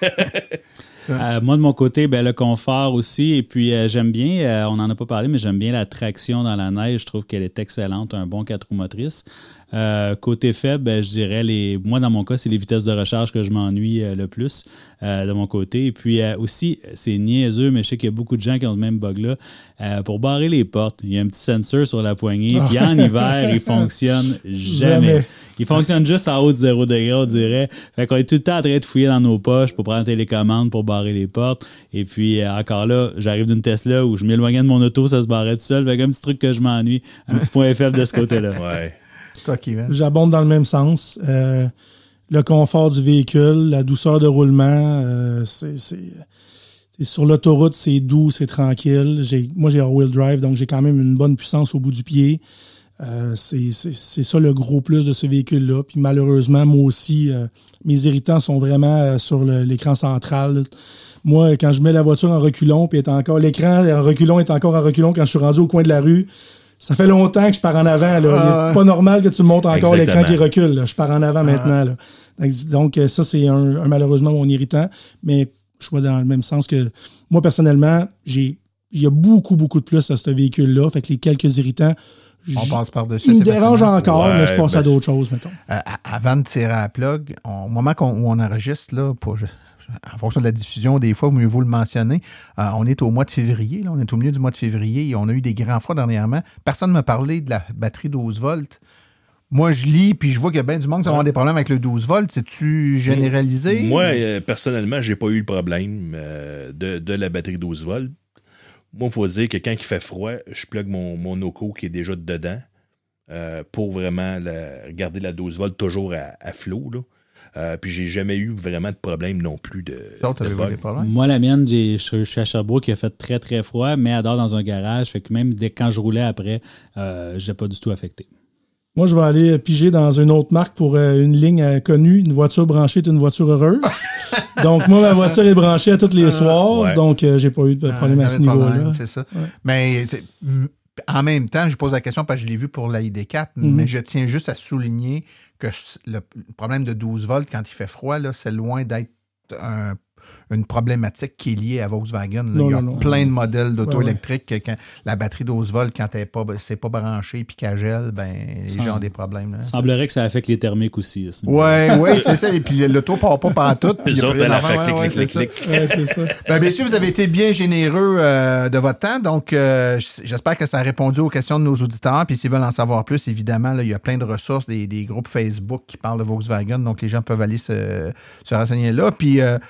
Euh, moi, de mon côté, ben, le confort aussi. Et puis, euh, j'aime bien, euh, on n'en a pas parlé, mais j'aime bien la traction dans la neige. Je trouve qu'elle est excellente, un bon quatre roues motrices. Euh, côté faible, ben, je dirais, les, moi, dans mon cas, c'est les vitesses de recharge que je m'ennuie euh, le plus euh, de mon côté. Et puis euh, aussi, c'est niaiseux, mais je sais qu'il y a beaucoup de gens qui ont ce même bug-là. Euh, pour barrer les portes, il y a un petit sensor sur la poignée. Puis en hiver, il fonctionne jamais. Jamais. Il fonctionne juste en haut de zéro degré, on dirait. Fait qu'on est tout le temps en train de fouiller dans nos poches pour prendre la télécommande, pour barrer les portes. Et puis, euh, encore là, j'arrive d'une Tesla où je m'éloignais de mon auto, ça se barrait tout seul. Fait qu'un petit truc que je m'ennuie, un petit point faible de ce côté-là. Ouais. Toi, Kevin. J'abonde dans le même sens. Euh, le confort du véhicule, la douceur de roulement, euh, c'est, c'est, c'est sur l'autoroute, c'est doux, c'est tranquille. J'ai, moi, j'ai all-wheel drive, donc j'ai quand même une bonne puissance au bout du pied. Euh, c'est, c'est, c'est ça le gros plus de ce véhicule-là. Puis malheureusement, moi aussi, euh, mes irritants sont vraiment euh, sur le, l'écran central. Moi, quand je mets la voiture en reculon, puis est encore l'écran en reculon est encore en reculon quand je suis rendu au coin de la rue, ça fait longtemps que je pars en avant. Là. Il n'est pas normal que tu montes encore Exactement. l'écran qui recule. Là. Je pars en avant maintenant. Là. Donc, ça, c'est un, un, malheureusement mon irritant. Mais je vois dans le même sens que moi, personnellement, j'ai il y a beaucoup, beaucoup de plus à ce véhicule-là. Fait que les quelques irritants, On passe par-dessus. ils me assez dérangent facilement. encore, Ouais, mais je passe ben, à d'autres choses, mettons. Euh, avant de tirer à la plug, on- au moment qu'on, où on enregistre, là, pour, je- en fonction de la diffusion, des fois, mieux vaut le mentionner, euh, on est au mois de février, là, on est au milieu du mois de février et on a eu des grands froids dernièrement. Personne ne m'a parlé de la batterie douze volts. Moi, je lis, puis je vois qu'il y a bien du monde qui va avoir des problèmes avec le douze volts. C'est-tu généralisé? Moi, euh, personnellement, j'ai pas eu le problème euh, de, de la batterie douze volts. Moi, il faut dire que quand il fait froid, je plug mon, mon Noco qui est déjà dedans euh, pour vraiment la- garder la douze volts toujours à, à flot. Là. Euh, puis j'ai jamais eu vraiment de problème non plus de, D'autres, de avez-vous bug. des problèmes? Moi, la mienne, j'ai- je je suis à Sherbrooke, il a fait très, très froid, mais elle dort dans un garage. Fait que même dès quand je roulais après, euh, je n'ai pas du tout affecté. Moi, je vais aller piger dans une autre marque pour euh, une ligne euh, connue. Une voiture branchée est une voiture heureuse. Donc, moi, ma voiture est branchée à tous les soirs. Ouais. Donc, euh, j'ai pas eu de problème Ah, à ce j'avais de niveau-là. problème, c'est ça. Ouais. Mais c'est- m- en même temps, je pose la question parce que je l'ai vu pour la I D quatre, Mhm. mais je tiens juste à souligner que c- le problème de douze volts quand il fait froid, là, c'est loin d'être un- une problématique qui est liée à Volkswagen. Là. Non, Il y a non, non. plein de modèles d'auto Ouais, ouais. électriques que quand la batterie douze volts, quand elle est pas, c'est pas branché puis qu'elle gèle, ben, les Ça- gens ont des problèmes. Là. Il semblerait que ça affecte les thermiques aussi. à ce Oui, niveau-là. oui, c'est ça. Et puis l'auto part pas partout. puis il y Les a autres, plus elle d'avant, affecte ouais, ouais, clic, c'est clic, ça. clic. Ouais, c'est ça. Ben, bien sûr, vous avez été bien généreux euh, de votre temps, donc euh, j'espère que ça a répondu aux questions de nos auditeurs. Puis s'ils veulent en savoir plus, évidemment, là, il y a plein de ressources, des, des groupes Facebook qui parlent de Volkswagen, donc les gens peuvent aller se, se renseigner là. Puis, euh, ben, écoutez,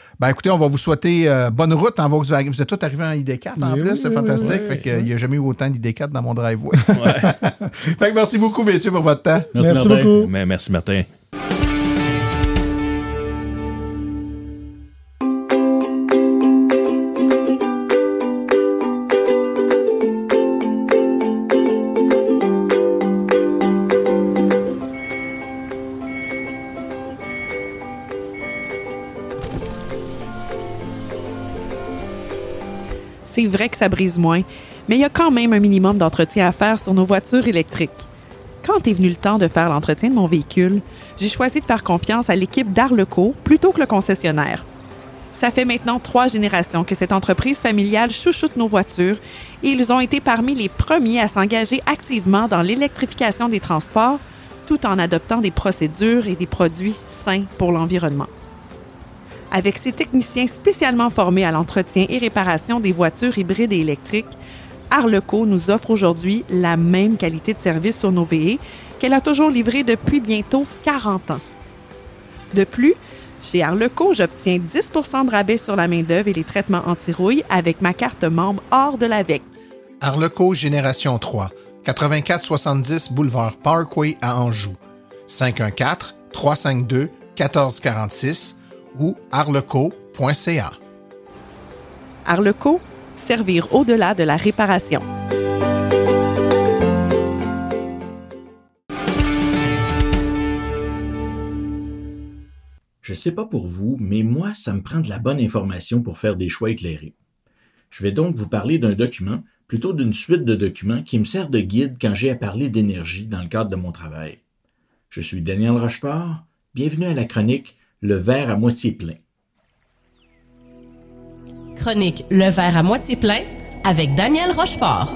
écoutez, on va vous souhaiter euh, bonne route en Volkswagen. Vous êtes tous arrivés en I D quatre en Oui, plus, oui, c'est oui, fantastique. oui, fait que, oui. il n'y a jamais eu autant d'I D quatre dans mon driveway. Ouais. Fait que merci beaucoup, messieurs, pour votre temps. Merci, Merci Martin. beaucoup. Mais merci, Martin. C'est vrai que ça brise moins, mais il y a quand même un minimum d'entretien à faire sur nos voitures électriques. Quand est venu le temps de faire l'entretien de mon véhicule, j'ai choisi de faire confiance à l'équipe d'Arleco plutôt que le concessionnaire. Ça fait maintenant trois générations que cette entreprise familiale chouchoute nos voitures et ils ont été parmi les premiers à s'engager activement dans l'électrification des transports tout en adoptant des procédures et des produits sains pour l'environnement. Avec ses techniciens spécialement formés à l'entretien et réparation des voitures hybrides et électriques, Arleco nous offre aujourd'hui la même qualité de service sur nos V E qu'elle a toujours livré depuis bientôt quarante ans. De plus, chez Arleco, j'obtiens dix pour cent de rabais sur la main-d'œuvre et les traitements anti-rouille avec ma carte membre hors de l'A V E C. Arleco Génération trois, quatre-vingt-quatre soixante-dix Boulevard Parkway à Anjou. cinq un quatre, trois cinq deux, un quatre quatre six ou arleco point c a. Arleco, servir au-delà de la réparation. Je sais pas pour vous, mais moi, ça me prend de la bonne information pour faire des choix éclairés. Je vais donc vous parler d'un document, plutôt d'une suite de documents qui me sert de guide quand j'ai à parler d'énergie dans le cadre de mon travail. Je suis Daniel Rochefort, bienvenue à la chronique « Le verre à moitié plein ». Chronique Le verre à moitié plein avec Daniel Rochefort.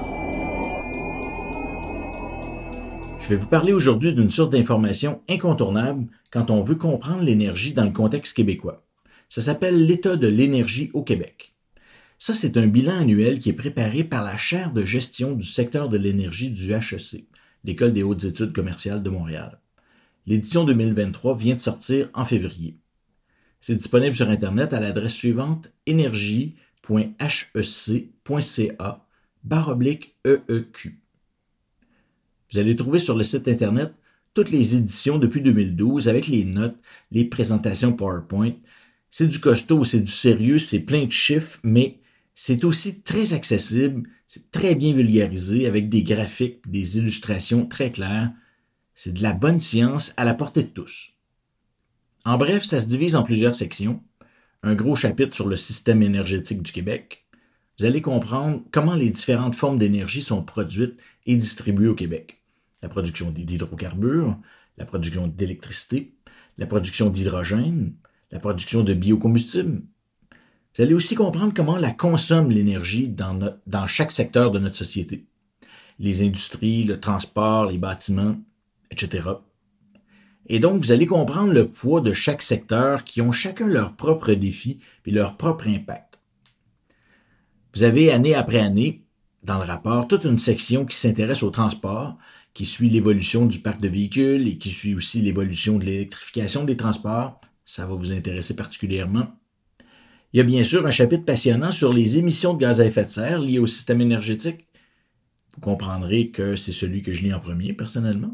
Je vais vous parler aujourd'hui d'une sorte d'information incontournable quand on veut comprendre l'énergie dans le contexte québécois. Ça s'appelle l'état de l'énergie au Québec. Ça, c'est un bilan annuel qui est préparé par la chaire de gestion du secteur de l'énergie du H E C, l'École des hautes études commerciales de Montréal. L'édition deux mille vingt-trois vient de sortir en février. C'est disponible sur Internet à l'adresse suivante énergie point h e c point c a barre oblique E E Q. Vous allez trouver sur le site Internet toutes les éditions depuis deux mille douze avec les notes, les présentations PowerPoint. C'est du costaud, c'est du sérieux, c'est plein de chiffres, mais c'est aussi très accessible, c'est très bien vulgarisé avec des graphiques, des illustrations très claires. C'est de la bonne science à la portée de tous. En bref, ça se divise en plusieurs sections. Un gros chapitre sur le système énergétique du Québec. Vous allez comprendre comment les différentes formes d'énergie sont produites et distribuées au Québec. La production d'hydrocarbures, la production d'électricité, la production d'hydrogène, la production de biocombustibles. Vous allez aussi comprendre comment la consomme l'énergie dans, notre, dans chaque secteur de notre société. Les industries, le transport, les bâtiments, et cetera. Et donc, vous allez comprendre le poids de chaque secteur qui ont chacun leurs propres défis et leur propre impact. Vous avez année après année, dans le rapport, toute une section qui s'intéresse au transport, qui suit l'évolution du parc de véhicules et qui suit aussi l'évolution de l'électrification des transports. Ça va vous intéresser particulièrement. Il y a bien sûr un chapitre passionnant sur les émissions de gaz à effet de serre liées au système énergétique. Vous comprendrez que c'est celui que je lis en premier, personnellement.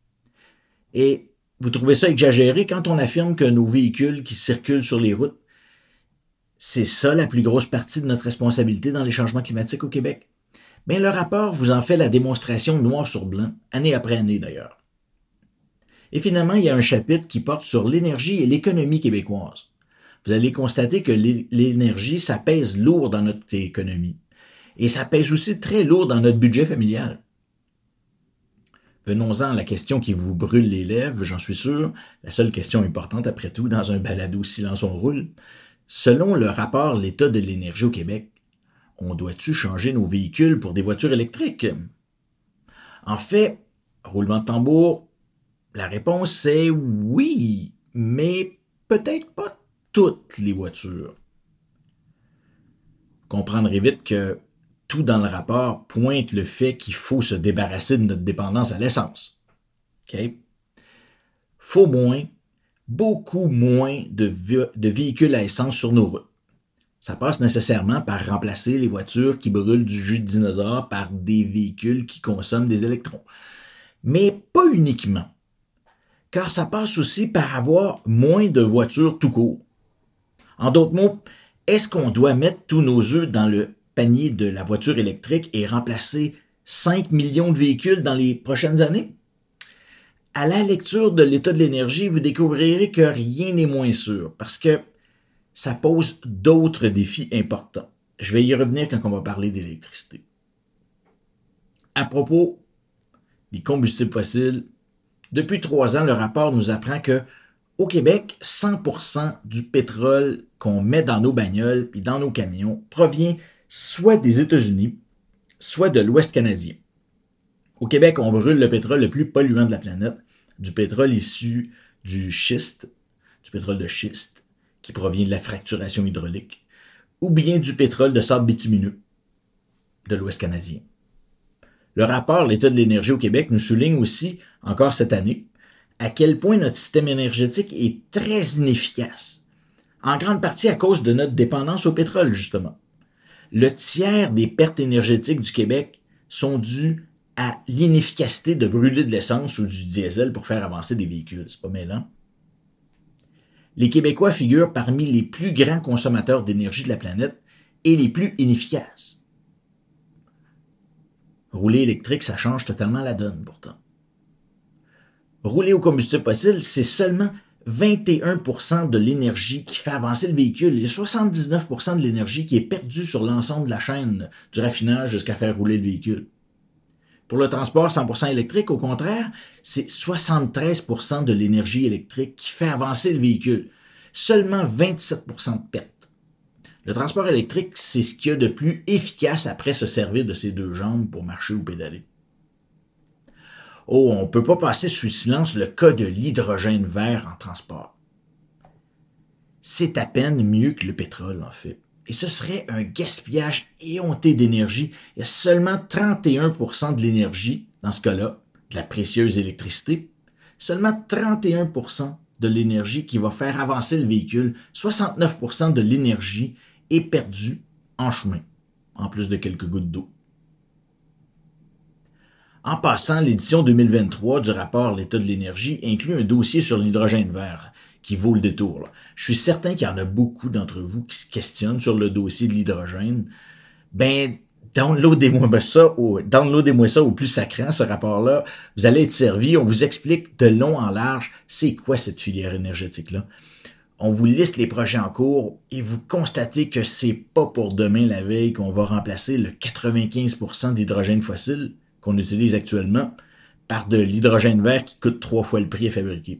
Et vous trouvez ça exagéré quand on affirme que nos véhicules qui circulent sur les routes, c'est ça la plus grosse partie de notre responsabilité dans les changements climatiques au Québec? Bien, le rapport vous en fait la démonstration noir sur blanc, année après année d'ailleurs. Et finalement, il y a un chapitre qui porte sur l'énergie et l'économie québécoise. Vous allez constater que l'énergie, ça pèse lourd dans notre économie. Et ça pèse aussi très lourd dans notre budget familial. Venons-en à la question qui vous brûle les lèvres, j'en suis sûr, la seule question importante après tout dans un balado Silence on roule. Selon le rapport L'état de l'énergie au Québec, on doit-tu changer nos véhicules pour des voitures électriques? En fait, roulement de tambour, la réponse c'est oui, mais peut-être pas toutes les voitures. Vous comprendrez vite que tout dans le rapport pointe le fait qu'il faut se débarrasser de notre dépendance à l'essence. OK? Faut moins, beaucoup moins de, vé- de véhicules à essence sur nos routes. Ça passe nécessairement par remplacer les voitures qui brûlent du jus de dinosaure par des véhicules qui consomment des électrons. Mais pas uniquement, car ça passe aussi par avoir moins de voitures tout court. En d'autres mots, est-ce qu'on doit mettre tous nos œufs dans le panier de la voiture électrique et remplacer cinq millions de véhicules dans les prochaines années? À la lecture de l'état de l'énergie, vous découvrirez que rien n'est moins sûr, parce que ça pose d'autres défis importants. Je vais y revenir quand on va parler d'électricité. À propos des combustibles fossiles, depuis trois ans, le rapport nous apprend que au Québec, cent pour cent du pétrole qu'on met dans nos bagnoles et dans nos camions provient soit des États-Unis, soit de l'Ouest canadien. Au Québec, on brûle le pétrole le plus polluant de la planète, du pétrole issu du schiste, du pétrole de schiste, qui provient de la fracturation hydraulique, ou bien du pétrole de sable bitumineux de l'Ouest canadien. Le rapport L'État de l'énergie au Québec nous souligne aussi, encore cette année, à quel point notre système énergétique est très inefficace, en grande partie à cause de notre dépendance au pétrole, justement. Le tiers des pertes énergétiques du Québec sont dues à l'inefficacité de brûler de l'essence ou du diesel pour faire avancer des véhicules. C'est pas mêlant. Les Québécois figurent parmi les plus grands consommateurs d'énergie de la planète et les plus inefficaces. Rouler électrique, ça change totalement la donne, pourtant. Rouler au combustible fossile, c'est seulement vingt et un pour cent de l'énergie qui fait avancer le véhicule. Il y a soixante-dix-neuf pour cent de l'énergie qui est perdue sur l'ensemble de la chaîne du raffinage jusqu'à faire rouler le véhicule. Pour le transport cent pour cent électrique, au contraire, c'est soixante-treize pour cent de l'énergie électrique qui fait avancer le véhicule. Seulement vingt-sept pour cent de perte. Le transport électrique, c'est ce qu'il y a de plus efficace après se servir de ses deux jambes pour marcher ou pédaler. Oh, on ne peut pas passer sous silence le cas de l'hydrogène vert en transport. C'est à peine mieux que le pétrole, en fait. Et ce serait un gaspillage éhonté d'énergie. Il y a seulement trente et un pour cent de l'énergie, dans ce cas-là, de la précieuse électricité, seulement trente et un pour cent de l'énergie qui va faire avancer le véhicule, soixante-neuf pour cent de l'énergie est perdue en chemin, en plus de quelques gouttes d'eau. En passant, l'édition deux mille vingt-trois du rapport L'État de l'énergie inclut un dossier sur l'hydrogène vert qui vaut le détour. Là. Je suis certain qu'il y en a beaucoup d'entre vous qui se questionnent sur le dossier de l'hydrogène. Ben, downloadez-moi ça au, downloadez-moi ça au plus sacrant, ce rapport-là. Vous allez être servi. On vous explique de long en large c'est quoi cette filière énergétique-là. On vous liste les projets en cours et vous constatez que c'est pas pour demain la veille qu'on va remplacer le quatre-vingt-quinze pour cent d'hydrogène fossile qu'on utilise actuellement par de l'hydrogène vert qui coûte trois fois le prix à fabriquer.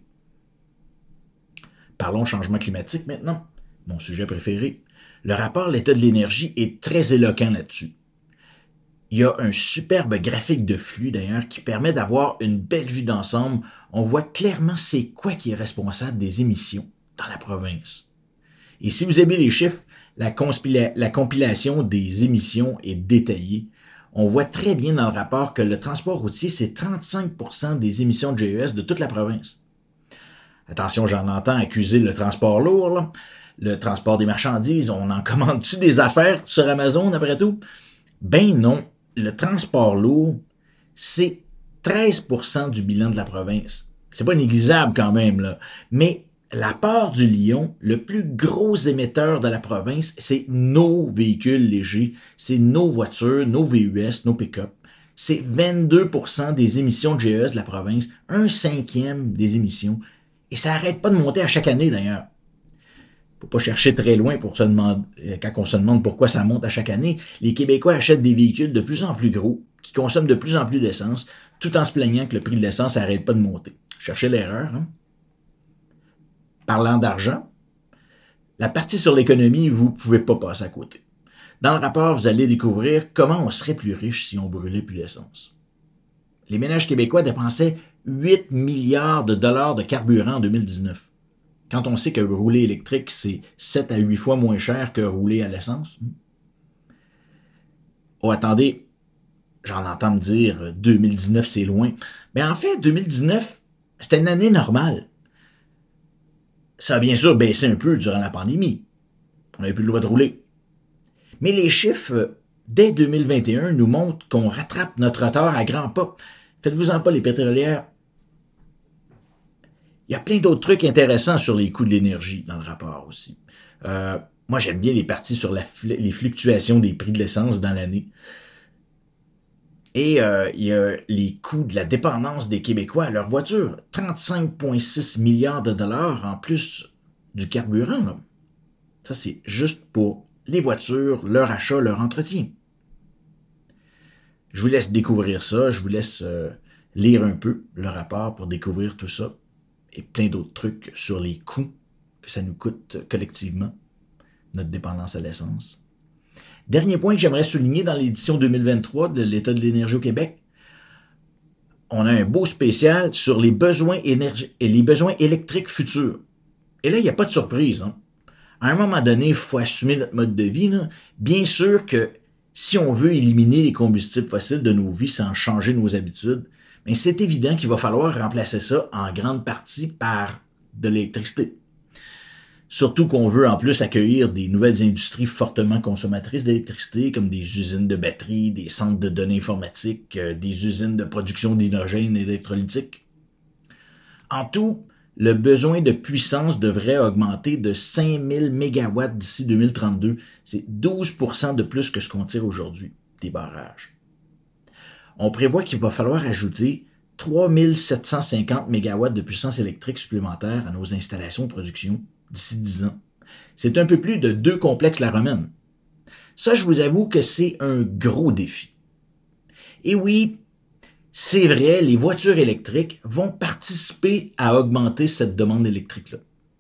Parlons changement climatique maintenant, mon sujet préféré. Le rapport L'État de l'énergie est très éloquent là-dessus. Il y a un superbe graphique de flux d'ailleurs qui permet d'avoir une belle vue d'ensemble. On voit clairement c'est quoi qui est responsable des émissions dans la province. Et si vous aimez les chiffres, la, conspila- la compilation des émissions est détaillée. On voit très bien dans le rapport que le transport routier, c'est trente-cinq pour cent des émissions de G E S de toute la province. Attention, j'en entends accuser le transport lourd, là. Le transport des marchandises. On en commande-tu des affaires sur Amazon, après tout? Ben non, le transport lourd, c'est treize pour cent du bilan de la province. C'est pas négligeable quand même, là. Mais la part du Lion, le plus gros émetteur de la province, c'est nos véhicules légers, c'est nos voitures, nos V U S, nos pick-up. C'est vingt-deux pour cent des émissions de G E S de la province, un cinquième des émissions. Et ça n'arrête pas de monter à chaque année d'ailleurs. Faut pas chercher très loin pour se demander, quand on se demande pourquoi ça monte à chaque année. Les Québécois achètent des véhicules de plus en plus gros, qui consomment de plus en plus d'essence, tout en se plaignant que le prix de l'essence n'arrête pas de monter. Cherchez l'erreur, hein? Parlant d'argent, la partie sur l'économie, vous ne pouvez pas passer à côté. Dans le rapport, vous allez découvrir comment on serait plus riche si on brûlait plus d'essence. Les ménages québécois dépensaient huit milliards de dollars de carburant en deux mille dix-neuf. Quand on sait que rouler électrique, c'est sept à huit fois moins cher que rouler à l'essence. Oh, attendez, j'en entends me dire deux mille dix-neuf, c'est loin. Mais en fait, deux mille dix-neuf, c'était une année normale. Ça a bien sûr baissé un peu durant la pandémie. On n'avait plus le droit de rouler. Mais les chiffres, dès deux mille vingt et un, nous montrent qu'on rattrape notre retard à grands pas. Faites-vous-en pas, les pétrolières. Il y a plein d'autres trucs intéressants sur les coûts de l'énergie dans le rapport aussi. Euh, moi, j'aime bien les parties sur la, les fluctuations des prix de l'essence dans l'année. Et euh, il y a les coûts de la dépendance des Québécois à leur voiture. trente-cinq virgule six milliards de dollars en plus du carburant. Là. Ça, c'est juste pour les voitures, leur achat, leur entretien. Je vous laisse découvrir ça. Je vous laisse euh, lire un peu le rapport pour découvrir tout ça. Et plein d'autres trucs sur les coûts que ça nous coûte collectivement, notre dépendance à l'essence. Dernier point que j'aimerais souligner dans l'édition deux mille vingt-trois de l'État de l'énergie au Québec, on a un beau spécial sur les besoins, énergi- et les besoins électriques futurs. Et là, il n'y a pas de surprise. Hein. À un moment donné, il faut assumer notre mode de vie. Là. Bien sûr que si on veut éliminer les combustibles fossiles de nos vies sans changer nos habitudes, bien, c'est évident qu'il va falloir remplacer ça en grande partie par de l'électricité. Surtout qu'on veut en plus accueillir des nouvelles industries fortement consommatrices d'électricité, comme des usines de batteries, des centres de données informatiques, euh, des usines de production d'hydrogène électrolytique. En tout, le besoin de puissance devrait augmenter de cinq mille mégawatts d'ici deux mille trente-deux. C'est douze pour cent de plus que ce qu'on tire aujourd'hui, des barrages. On prévoit qu'il va falloir ajouter trois mille sept cent cinquante mégawatts de puissance électrique supplémentaire à nos installations de production d'ici dix ans. C'est un peu plus de deux complexes La Romaine. Ça, je vous avoue que c'est un gros défi. Et oui, c'est vrai, les voitures électriques vont participer à augmenter cette demande électrique-là.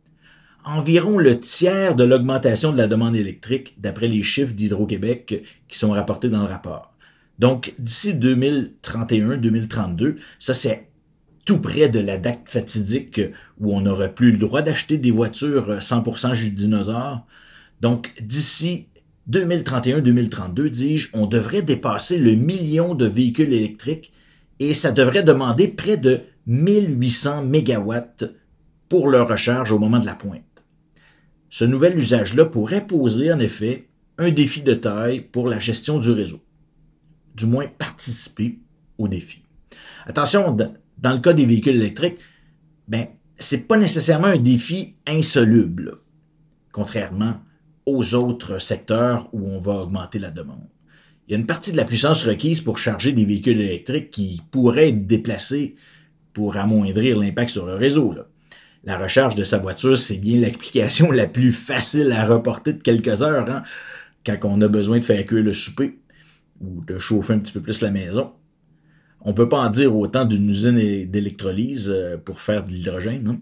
Environ le tiers de l'augmentation de la demande électrique, d'après les chiffres d'Hydro-Québec qui sont rapportés dans le rapport. Donc, d'ici deux mille trente et un deux mille trente-deux, ça c'est tout près de la date fatidique où on n'aurait plus le droit d'acheter des voitures cent pour cent jus de dinosaure. Donc, d'ici deux mille trente et un deux mille trente-deux, dis-je, on devrait dépasser le million de véhicules électriques et ça devrait demander près de mille huit cents mégawatts pour leur recharge au moment de la pointe. Ce nouvel usage-là pourrait poser en effet un défi de taille pour la gestion du réseau. Du moins participer au défi. Attention, dans le cas des véhicules électriques, ben, c'est pas nécessairement un défi insoluble, contrairement aux autres secteurs où on va augmenter la demande. Il y a une partie de la puissance requise pour charger des véhicules électriques qui pourrait être déplacée pour amoindrir l'impact sur le réseau. Là. La recharge de sa voiture, c'est bien l'application la plus facile à reporter de quelques heures, hein, quand on a besoin de faire cuire le souper ou de chauffer un petit peu plus la maison. On ne peut pas en dire autant d'une usine d'électrolyse pour faire de l'hydrogène. Non?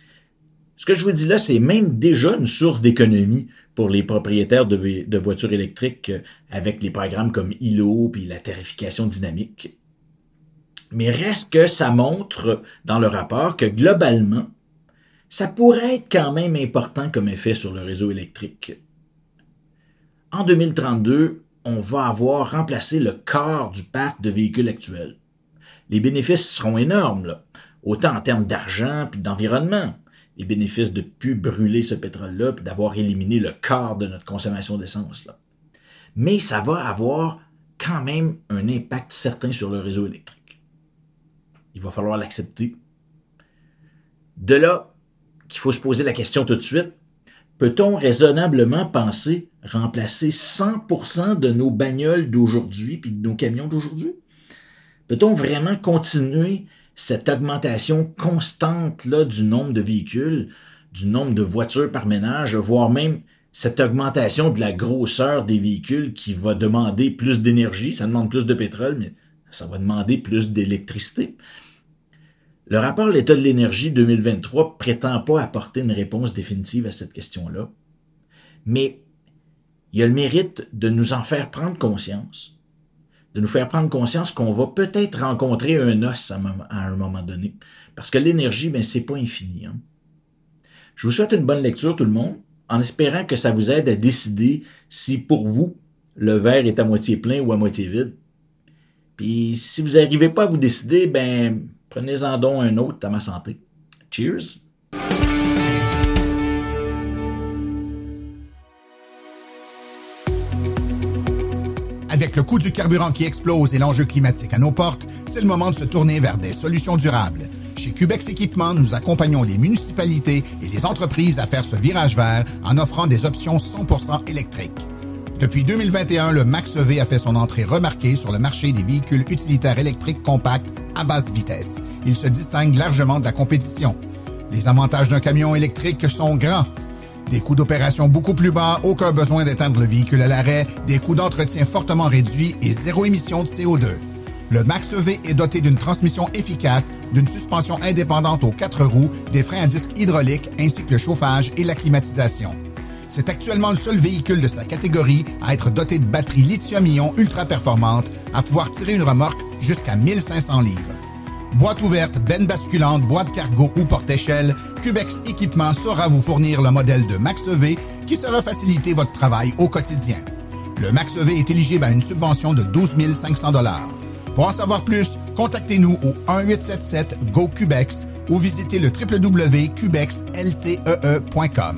Ce que je vous dis là, c'est même déjà une source d'économie pour les propriétaires de, de voitures électriques avec les programmes comme I L O puis la tarification dynamique. Mais reste que ça montre dans le rapport que globalement, ça pourrait être quand même important comme effet sur le réseau électrique. En deux mille trente-deux, on va avoir remplacé le quart du parc de véhicules actuels. Les bénéfices seront énormes, là, autant en termes d'argent puis d'environnement. Les bénéfices de ne plus brûler ce pétrole-là puis d'avoir éliminé le quart de notre consommation d'essence. Là. Mais ça va avoir quand même un impact certain sur le réseau électrique. Il va falloir l'accepter. De là qu'il faut se poser la question tout de suite, peut-on raisonnablement penser remplacer cent pour cent de nos bagnoles d'aujourd'hui puis de nos camions d'aujourd'hui? Peut-on vraiment continuer cette augmentation constante là, du nombre de véhicules, du nombre de voitures par ménage, voire même cette augmentation de la grosseur des véhicules qui va demander plus d'énergie, ça demande plus de pétrole, mais ça va demander plus d'électricité. Le rapport L'État de l'énergie deux mille vingt-trois prétend pas apporter une réponse définitive à cette question-là, mais il y a le mérite de nous en faire prendre conscience, de nous faire prendre conscience qu'on va peut-être rencontrer un os à un moment donné, parce que l'énergie, ben, c'est pas infini. Hein? Je vous souhaite une bonne lecture, tout le monde, en espérant que ça vous aide à décider si, pour vous, le verre est à moitié plein ou à moitié vide. Puis, si vous n'arrivez pas à vous décider, ben, prenez-en donc un autre à ma santé. Cheers! Avec le coût du carburant qui explose et l'enjeu climatique à nos portes, c'est le moment de se tourner vers des solutions durables. Chez Cubex Équipement, nous accompagnons les municipalités et les entreprises à faire ce virage vert en offrant des options cent pour cent électriques. Depuis deux mille vingt et un, le Max-E V a fait son entrée remarquée sur le marché des véhicules utilitaires électriques compacts à basse vitesse. Il se distingue largement de la compétition. Les avantages d'un camion électrique sont grands. Des coûts d'opération beaucoup plus bas, aucun besoin d'éteindre le véhicule à l'arrêt, des coûts d'entretien fortement réduits et zéro émission de C O deux. Le Max-E V est doté d'une transmission efficace, d'une suspension indépendante aux quatre roues, des freins à disque hydrauliques ainsi que le chauffage et la climatisation. C'est actuellement le seul véhicule de sa catégorie à être doté de batteries lithium-ion ultra performantes, à pouvoir tirer une remorque jusqu'à mille cinq cents livres. Boîte ouverte, benne basculante, boîte cargo ou porte-échelle, Cubex Équipement saura vous fournir le modèle de Max-E V qui saura faciliter votre travail au quotidien. Le Max-E V est éligible à une subvention de douze mille cinq cents dollars. Pour en savoir plus, contactez-nous au un huit sept sept G O Cubex ou visitez le w w w point cubex l t e e point com.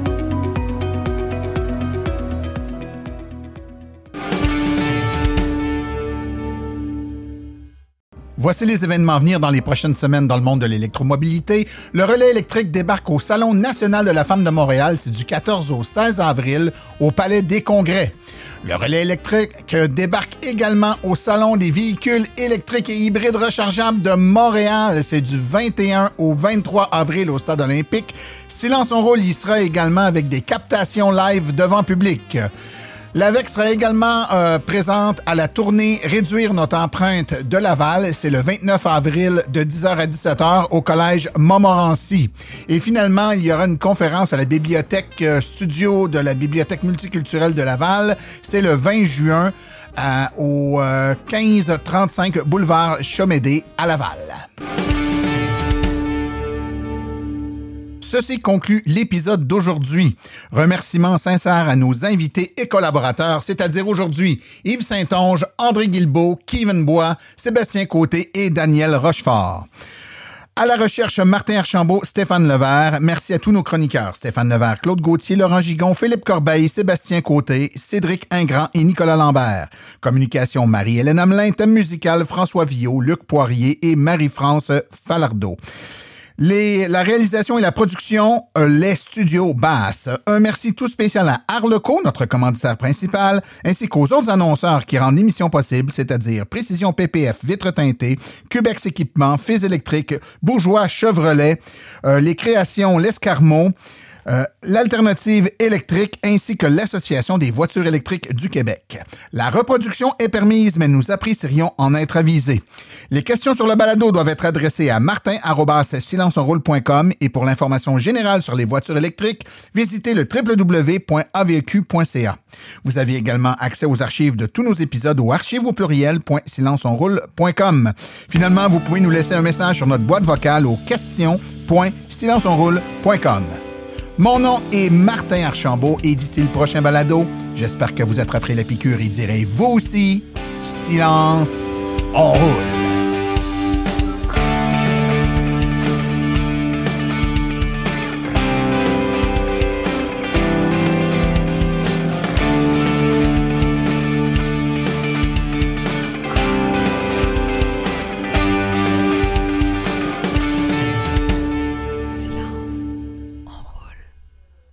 Voici les événements à venir dans les prochaines semaines dans le monde de l'électromobilité. Le relais électrique débarque au Salon national de la femme de Montréal. C'est du quatorze au seize avril au Palais des Congrès. Le relais électrique débarque également au Salon des véhicules électriques et hybrides rechargeables de Montréal. C'est du vingt et un au vingt-trois avril au Stade olympique. Silence on roule y sera également avec des captations live devant public. L'Avec sera également euh, présente à la tournée Réduire notre empreinte de Laval. C'est le vingt-neuf avril de dix heures à dix-sept heures au Collège Montmorency. Et finalement, il y aura une conférence à la bibliothèque euh, studio de la Bibliothèque multiculturelle de Laval. C'est le vingt juin euh, au euh, quinze trente-cinq boulevard Chomédé à Laval. Ceci conclut l'épisode d'aujourd'hui. Remerciements sincères à nos invités et collaborateurs, c'est-à-dire aujourd'hui Yves Saint-Onge, André Guilbeault, Kevin Bois, Sébastien Côté et Daniel Rochefort. À la recherche, Martin Archambault, Stéphane Levert. Merci à tous nos chroniqueurs. Stéphane Levert, Claude Gauthier, Laurent Gigon, Philippe Corbeil, Sébastien Côté, Cédric Ingrand et Nicolas Lambert. Communication, Marie-Hélène Hamelin. Thème musical, François Villot, Luc Poirier et Marie-France Falardeau. Les, la réalisation et la production, euh, les studios Bass. Un merci tout spécial à Arleco, notre commanditaire principal, ainsi qu'aux autres annonceurs qui rendent l'émission possible, c'est-à-dire Précision P P F, Vitres teintées, Cubex Équipement, Fils électrique, Bourgeois Chevrolet, euh, les créations L'Escarmot, Euh, l'Alternative électrique ainsi que l'Association des voitures électriques du Québec. La reproduction est permise, mais nous apprécierions en être avisés. Les questions sur le balado doivent être adressées à martin arobase silence on roule point com et pour l'information générale sur les voitures électriques, visitez le w w w point a v e q point c a. Vous avez également accès aux archives de tous nos épisodes au archives au pluriel point silence on roule point com. Finalement, vous pouvez nous laisser un message sur notre boîte vocale au questions point silence on roule point com. Mon nom est Martin Archambault et d'ici le prochain balado, j'espère que vous attraperez la piqûre et direz vous aussi, silence, on roule.